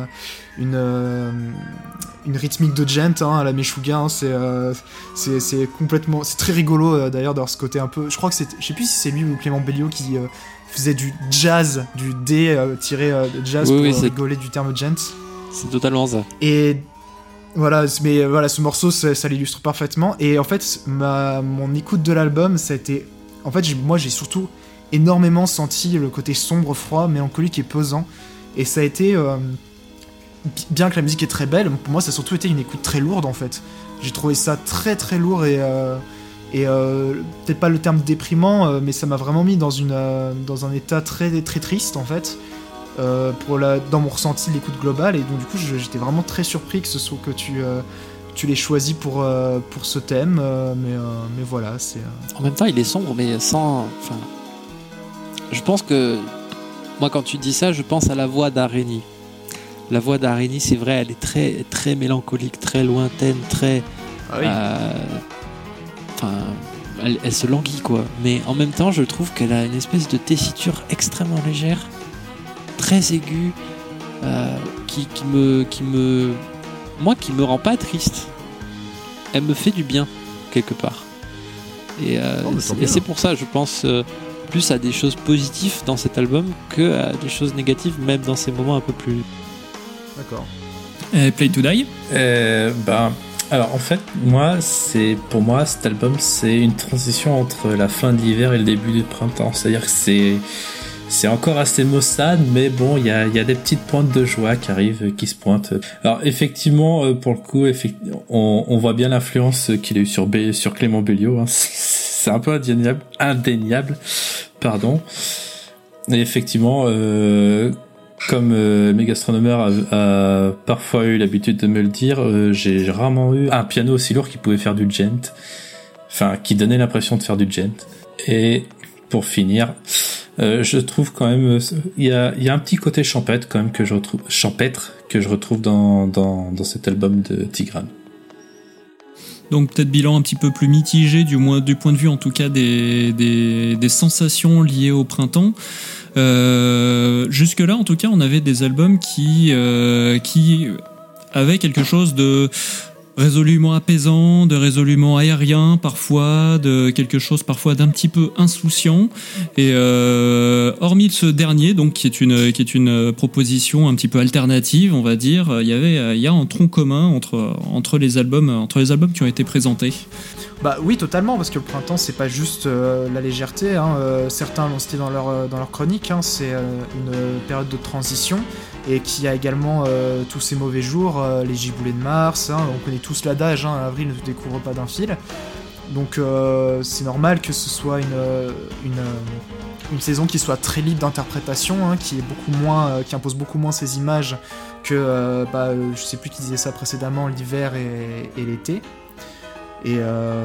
Speaker 6: une rythmique de gent à la Meshuggah. Hein. C'est complètement, c'est très rigolo d'ailleurs d'avoir ce côté un peu. Je crois que je sais plus si c'est lui ou Clément Belliot qui faisait du jazz, du D tiré de jazz pour rigoler du terme gent.
Speaker 10: C'est totalement ça.
Speaker 6: Et voilà, mais voilà, ce morceau, ça l'illustre parfaitement. Et en fait, mon écoute de l'album, ça a été... En fait, moi, j'ai surtout énormément senti le côté sombre, froid, mélancolique et pesant. Et ça a été... bien que la musique est très belle, pour moi, ça a surtout été une écoute très lourde, en fait. J'ai trouvé ça très, très lourd et peut-être pas le terme déprimant, mais ça m'a vraiment mis dans un état très, très triste, en fait. Dans mon ressenti de l'écoute globale, et donc du coup j'étais vraiment très surpris que ce soit que tu l'aies choisi pour ce thème, mais voilà, c'est...
Speaker 10: En même temps il est sombre mais sans... Enfin, je pense que moi quand tu dis ça je pense à la voix d'Areni. La voix d'Areni, c'est vrai, elle est très, très mélancolique, très lointaine, très...
Speaker 6: Ah oui.
Speaker 10: Elle se languit quoi, mais en même temps je trouve qu'elle a une espèce de tessiture extrêmement légère, très aiguë, qui me rend pas triste. Elle me fait du bien quelque part. Et c'est pour ça, je pense plus à des choses positives dans cet album que à des choses négatives, même dans ces moments un peu plus.
Speaker 6: D'accord.
Speaker 5: Play to Die.
Speaker 9: Alors en fait, pour moi, cet album, c'est une transition entre la fin de l'hiver et le début du printemps. C'est-à-dire que c'est encore assez maussade, mais bon, il y a des petites pointes de joie qui arrivent, qui se pointent. Alors effectivement, pour le coup, on voit bien l'influence qu'il a eu sur Clément Belliot. Hein. C'est un peu indéniable. Pardon. Et effectivement, comme Mégastronomeur a parfois eu l'habitude de me le dire, j'ai rarement eu un piano aussi lourd qui pouvait faire du gent. Enfin, qui donnait l'impression de faire du gent. Et pour finir... je trouve quand même il y a un petit côté champêtre quand même que je retrouve dans cet album de Tigran.
Speaker 5: Donc peut-être bilan un petit peu plus mitigé, du moins du point de vue en tout cas des sensations liées au printemps. Jusque-là en tout cas on avait des albums qui avaient quelque chose de résolument apaisant, de résolument aérien parfois, de quelque chose parfois d'un petit peu insouciant. Et hormis ce dernier, donc qui est une proposition un petit peu alternative, on va dire, il y a un tronc commun entre les albums qui ont été présentés.
Speaker 6: Bah oui, totalement, parce que le printemps c'est pas juste la légèreté, hein. Certains l'ont cité dans leur chronique, hein. C'est une période de transition et qui a également tous ces mauvais jours, les giboulées de mars, hein. On connaît tous l'adage, hein, avril ne se découvre pas d'un fil, donc c'est normal que ce soit une saison qui soit très libre d'interprétation, hein, qui impose beaucoup moins ses images que je sais plus qui disait ça précédemment, l'hiver et l'été. Et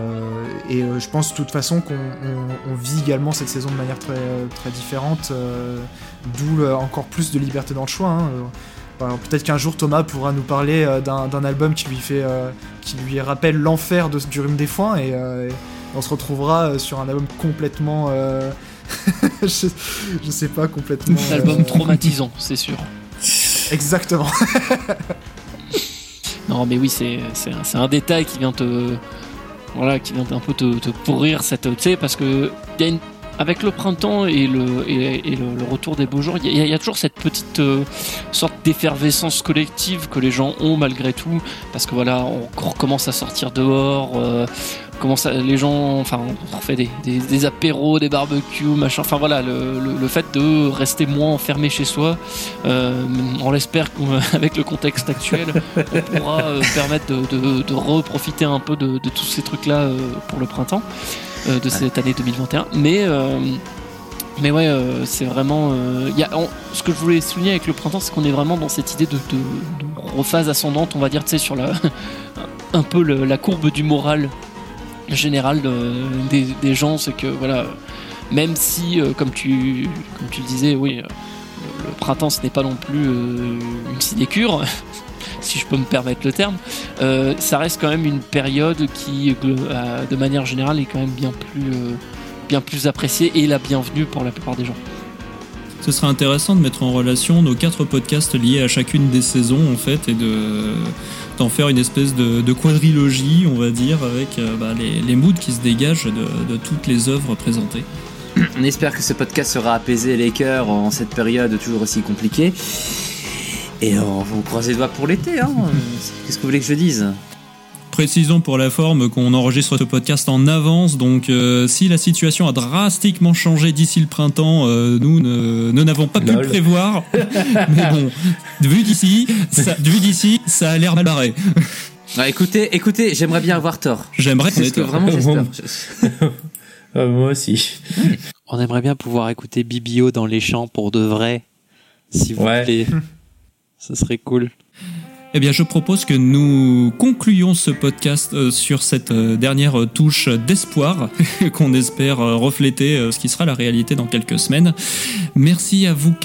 Speaker 6: je pense de toute façon qu'on vit également cette saison de manière très, très différente, d'où encore plus de liberté dans le choix, hein. Alors, peut-être qu'un jour Thomas pourra nous parler d'un album qui lui rappelle l'enfer du rhume des foins, et on se retrouvera sur un album complètement je sais pas, complètement
Speaker 7: un album traumatisant, c'est sûr.
Speaker 6: Exactement.
Speaker 7: Non mais oui, c'est un détail qui vient un peu te pourrir cette, tu sais, parce que il y a avec le printemps et le retour des beaux jours, il y a toujours cette petite sorte d'effervescence collective que les gens ont malgré tout, parce que voilà, on recommence à sortir dehors, les gens, enfin, on fait des apéros, des barbecues, machin, enfin voilà, le fait de rester moins enfermé chez soi, on l'espère qu'avec le contexte actuel, on pourra permettre de reprofiter un peu de tous ces trucs-là pour le printemps de cette année 2021. Mais ouais, c'est vraiment. Ce que je voulais souligner avec le printemps, c'est qu'on est vraiment dans cette idée de phase ascendante, on va dire, tu sais, sur un peu la courbe du moral général des gens. C'est que voilà, même si, comme tu le disais, oui, le printemps, ce n'est pas non plus une sinécure. Si je peux me permettre le terme, ça reste quand même une période qui, de manière générale, est quand même bien plus appréciée et la bienvenue pour la plupart des gens.
Speaker 5: Ce serait intéressant de mettre en relation nos 4 podcasts liés à chacune des saisons, en fait, et d'en faire une espèce de quadrilogie, on va dire, avec les moods qui se dégagent de toutes les œuvres présentées.
Speaker 8: On espère que ce podcast sera apaiser les cœurs en cette période toujours aussi compliquée. Et on vous croise les doigts pour l'été, hein. Qu'est-ce que vous voulez que je dise ?
Speaker 5: Précisons pour la forme qu'on enregistre ce podcast en avance, donc si la situation a drastiquement changé d'ici le printemps, nous n'avons pas pu le prévoir. Mais bon, vu d'ici, ça a l'air mal barré.
Speaker 8: Ah, écoutez, j'aimerais bien avoir tort.
Speaker 5: J'aimerais
Speaker 8: C'est ce que vraiment j'espère.
Speaker 9: Moi aussi.
Speaker 10: On aimerait bien pouvoir écouter Bibio dans les champs pour de vrai, s'il vous plaît. Ça serait cool.
Speaker 5: Eh bien, je propose que nous concluions ce podcast sur cette dernière touche d'espoir qu'on espère refléter ce qui sera la réalité dans quelques semaines. Merci à vous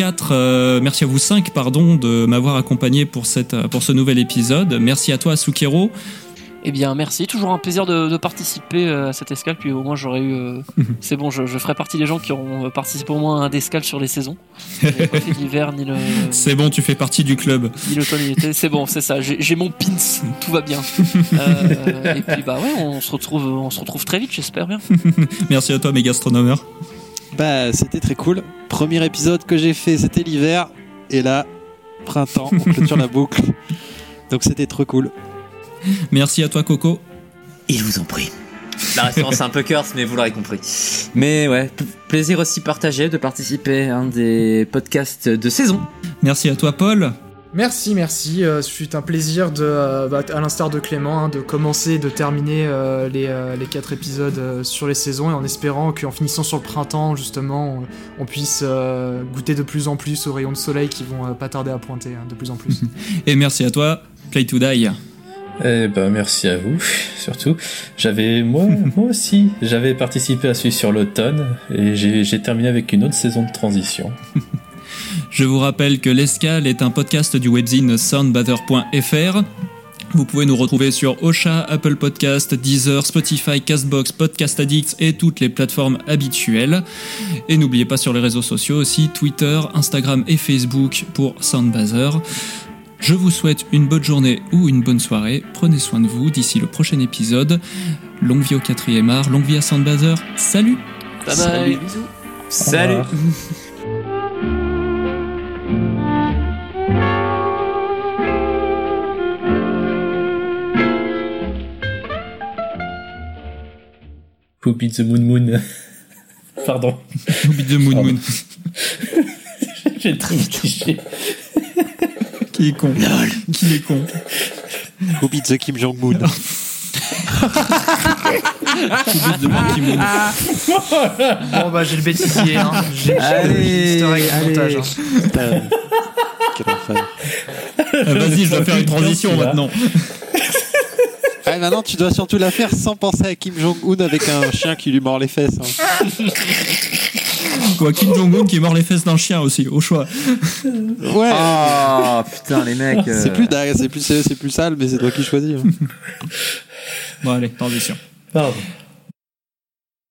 Speaker 5: 5, de m'avoir accompagné pour ce nouvel épisode. Merci à toi, Sukero.
Speaker 7: Eh bien, merci. Toujours un plaisir de participer à cette escale. Puis au moins, j'aurais eu. C'est bon, je ferai partie des gens qui auront participé au moins à un d'escale sur les saisons. J'ai pas fait l'hiver ni le.
Speaker 5: C'est bon, tu fais partie du club.
Speaker 7: Ni l'automne ni l'été. C'est bon, c'est ça. J'ai mon pins. Tout va bien. Et puis on se retrouve très vite, j'espère bien.
Speaker 5: Merci à toi, mes gastronomeurs.
Speaker 10: C'était très cool. Premier épisode que j'ai fait, c'était l'hiver. Et là, printemps, on clôture la boucle. Donc c'était trop cool.
Speaker 5: Merci à toi, Coco.
Speaker 8: Il vous en prie. La référence est un peu curse, mais vous l'aurez compris. Mais ouais, plaisir aussi partagé de participer à un des podcasts de saison.
Speaker 5: Merci à toi, Paul.
Speaker 6: Merci. Ce fut un plaisir à l'instar de Clément, de commencer et de terminer les 4 épisodes sur les saisons, et en espérant qu'en finissant sur le printemps, justement, on puisse goûter de plus en plus aux rayons de soleil qui vont pas tarder à pointer de plus en plus.
Speaker 5: Et merci à toi, Play to Die.
Speaker 9: Merci à vous, surtout. Moi aussi, j'avais participé à celui sur l'automne et j'ai terminé avec une autre saison de transition.
Speaker 5: Je vous rappelle que l'Escale est un podcast du webzine soundbather.fr. Vous pouvez nous retrouver sur Ocha, Apple Podcast, Deezer, Spotify, Castbox, Podcast Addict et toutes les plateformes habituelles. Et n'oubliez pas sur les réseaux sociaux aussi, Twitter, Instagram et Facebook pour Soundbather. Je vous souhaite une bonne journée ou une bonne soirée. Prenez soin de vous d'ici le prochain épisode. Longue vie au 4e art, longue vie à Soundbather. Salut.
Speaker 7: Bye bye.
Speaker 8: Salut, bisous. Salut.
Speaker 9: Poopy the Moon Moon. Pardon.
Speaker 5: Poopy the Moon Moon.
Speaker 9: J'ai trop cliché.
Speaker 5: Qui est con. Qui est con.
Speaker 10: Poopy the Kim Jong-un.
Speaker 5: Poopy the Monkey Moon.
Speaker 6: Bon j'ai le bêtisier. J'ai le montage.
Speaker 10: Quel enfer.
Speaker 5: Vas-y, je dois faire une transition maintenant.
Speaker 10: Maintenant, tu dois surtout la faire sans penser à Kim Jong-un avec un chien qui lui mord les fesses.
Speaker 5: Quoi, Kim Jong-un qui mord les fesses d'un chien aussi, au choix.
Speaker 10: Ouais.
Speaker 8: Oh putain, les mecs.
Speaker 10: C'est plus sale, mais c'est toi qui choisis.
Speaker 5: Bon, allez, transition.
Speaker 9: Pardon.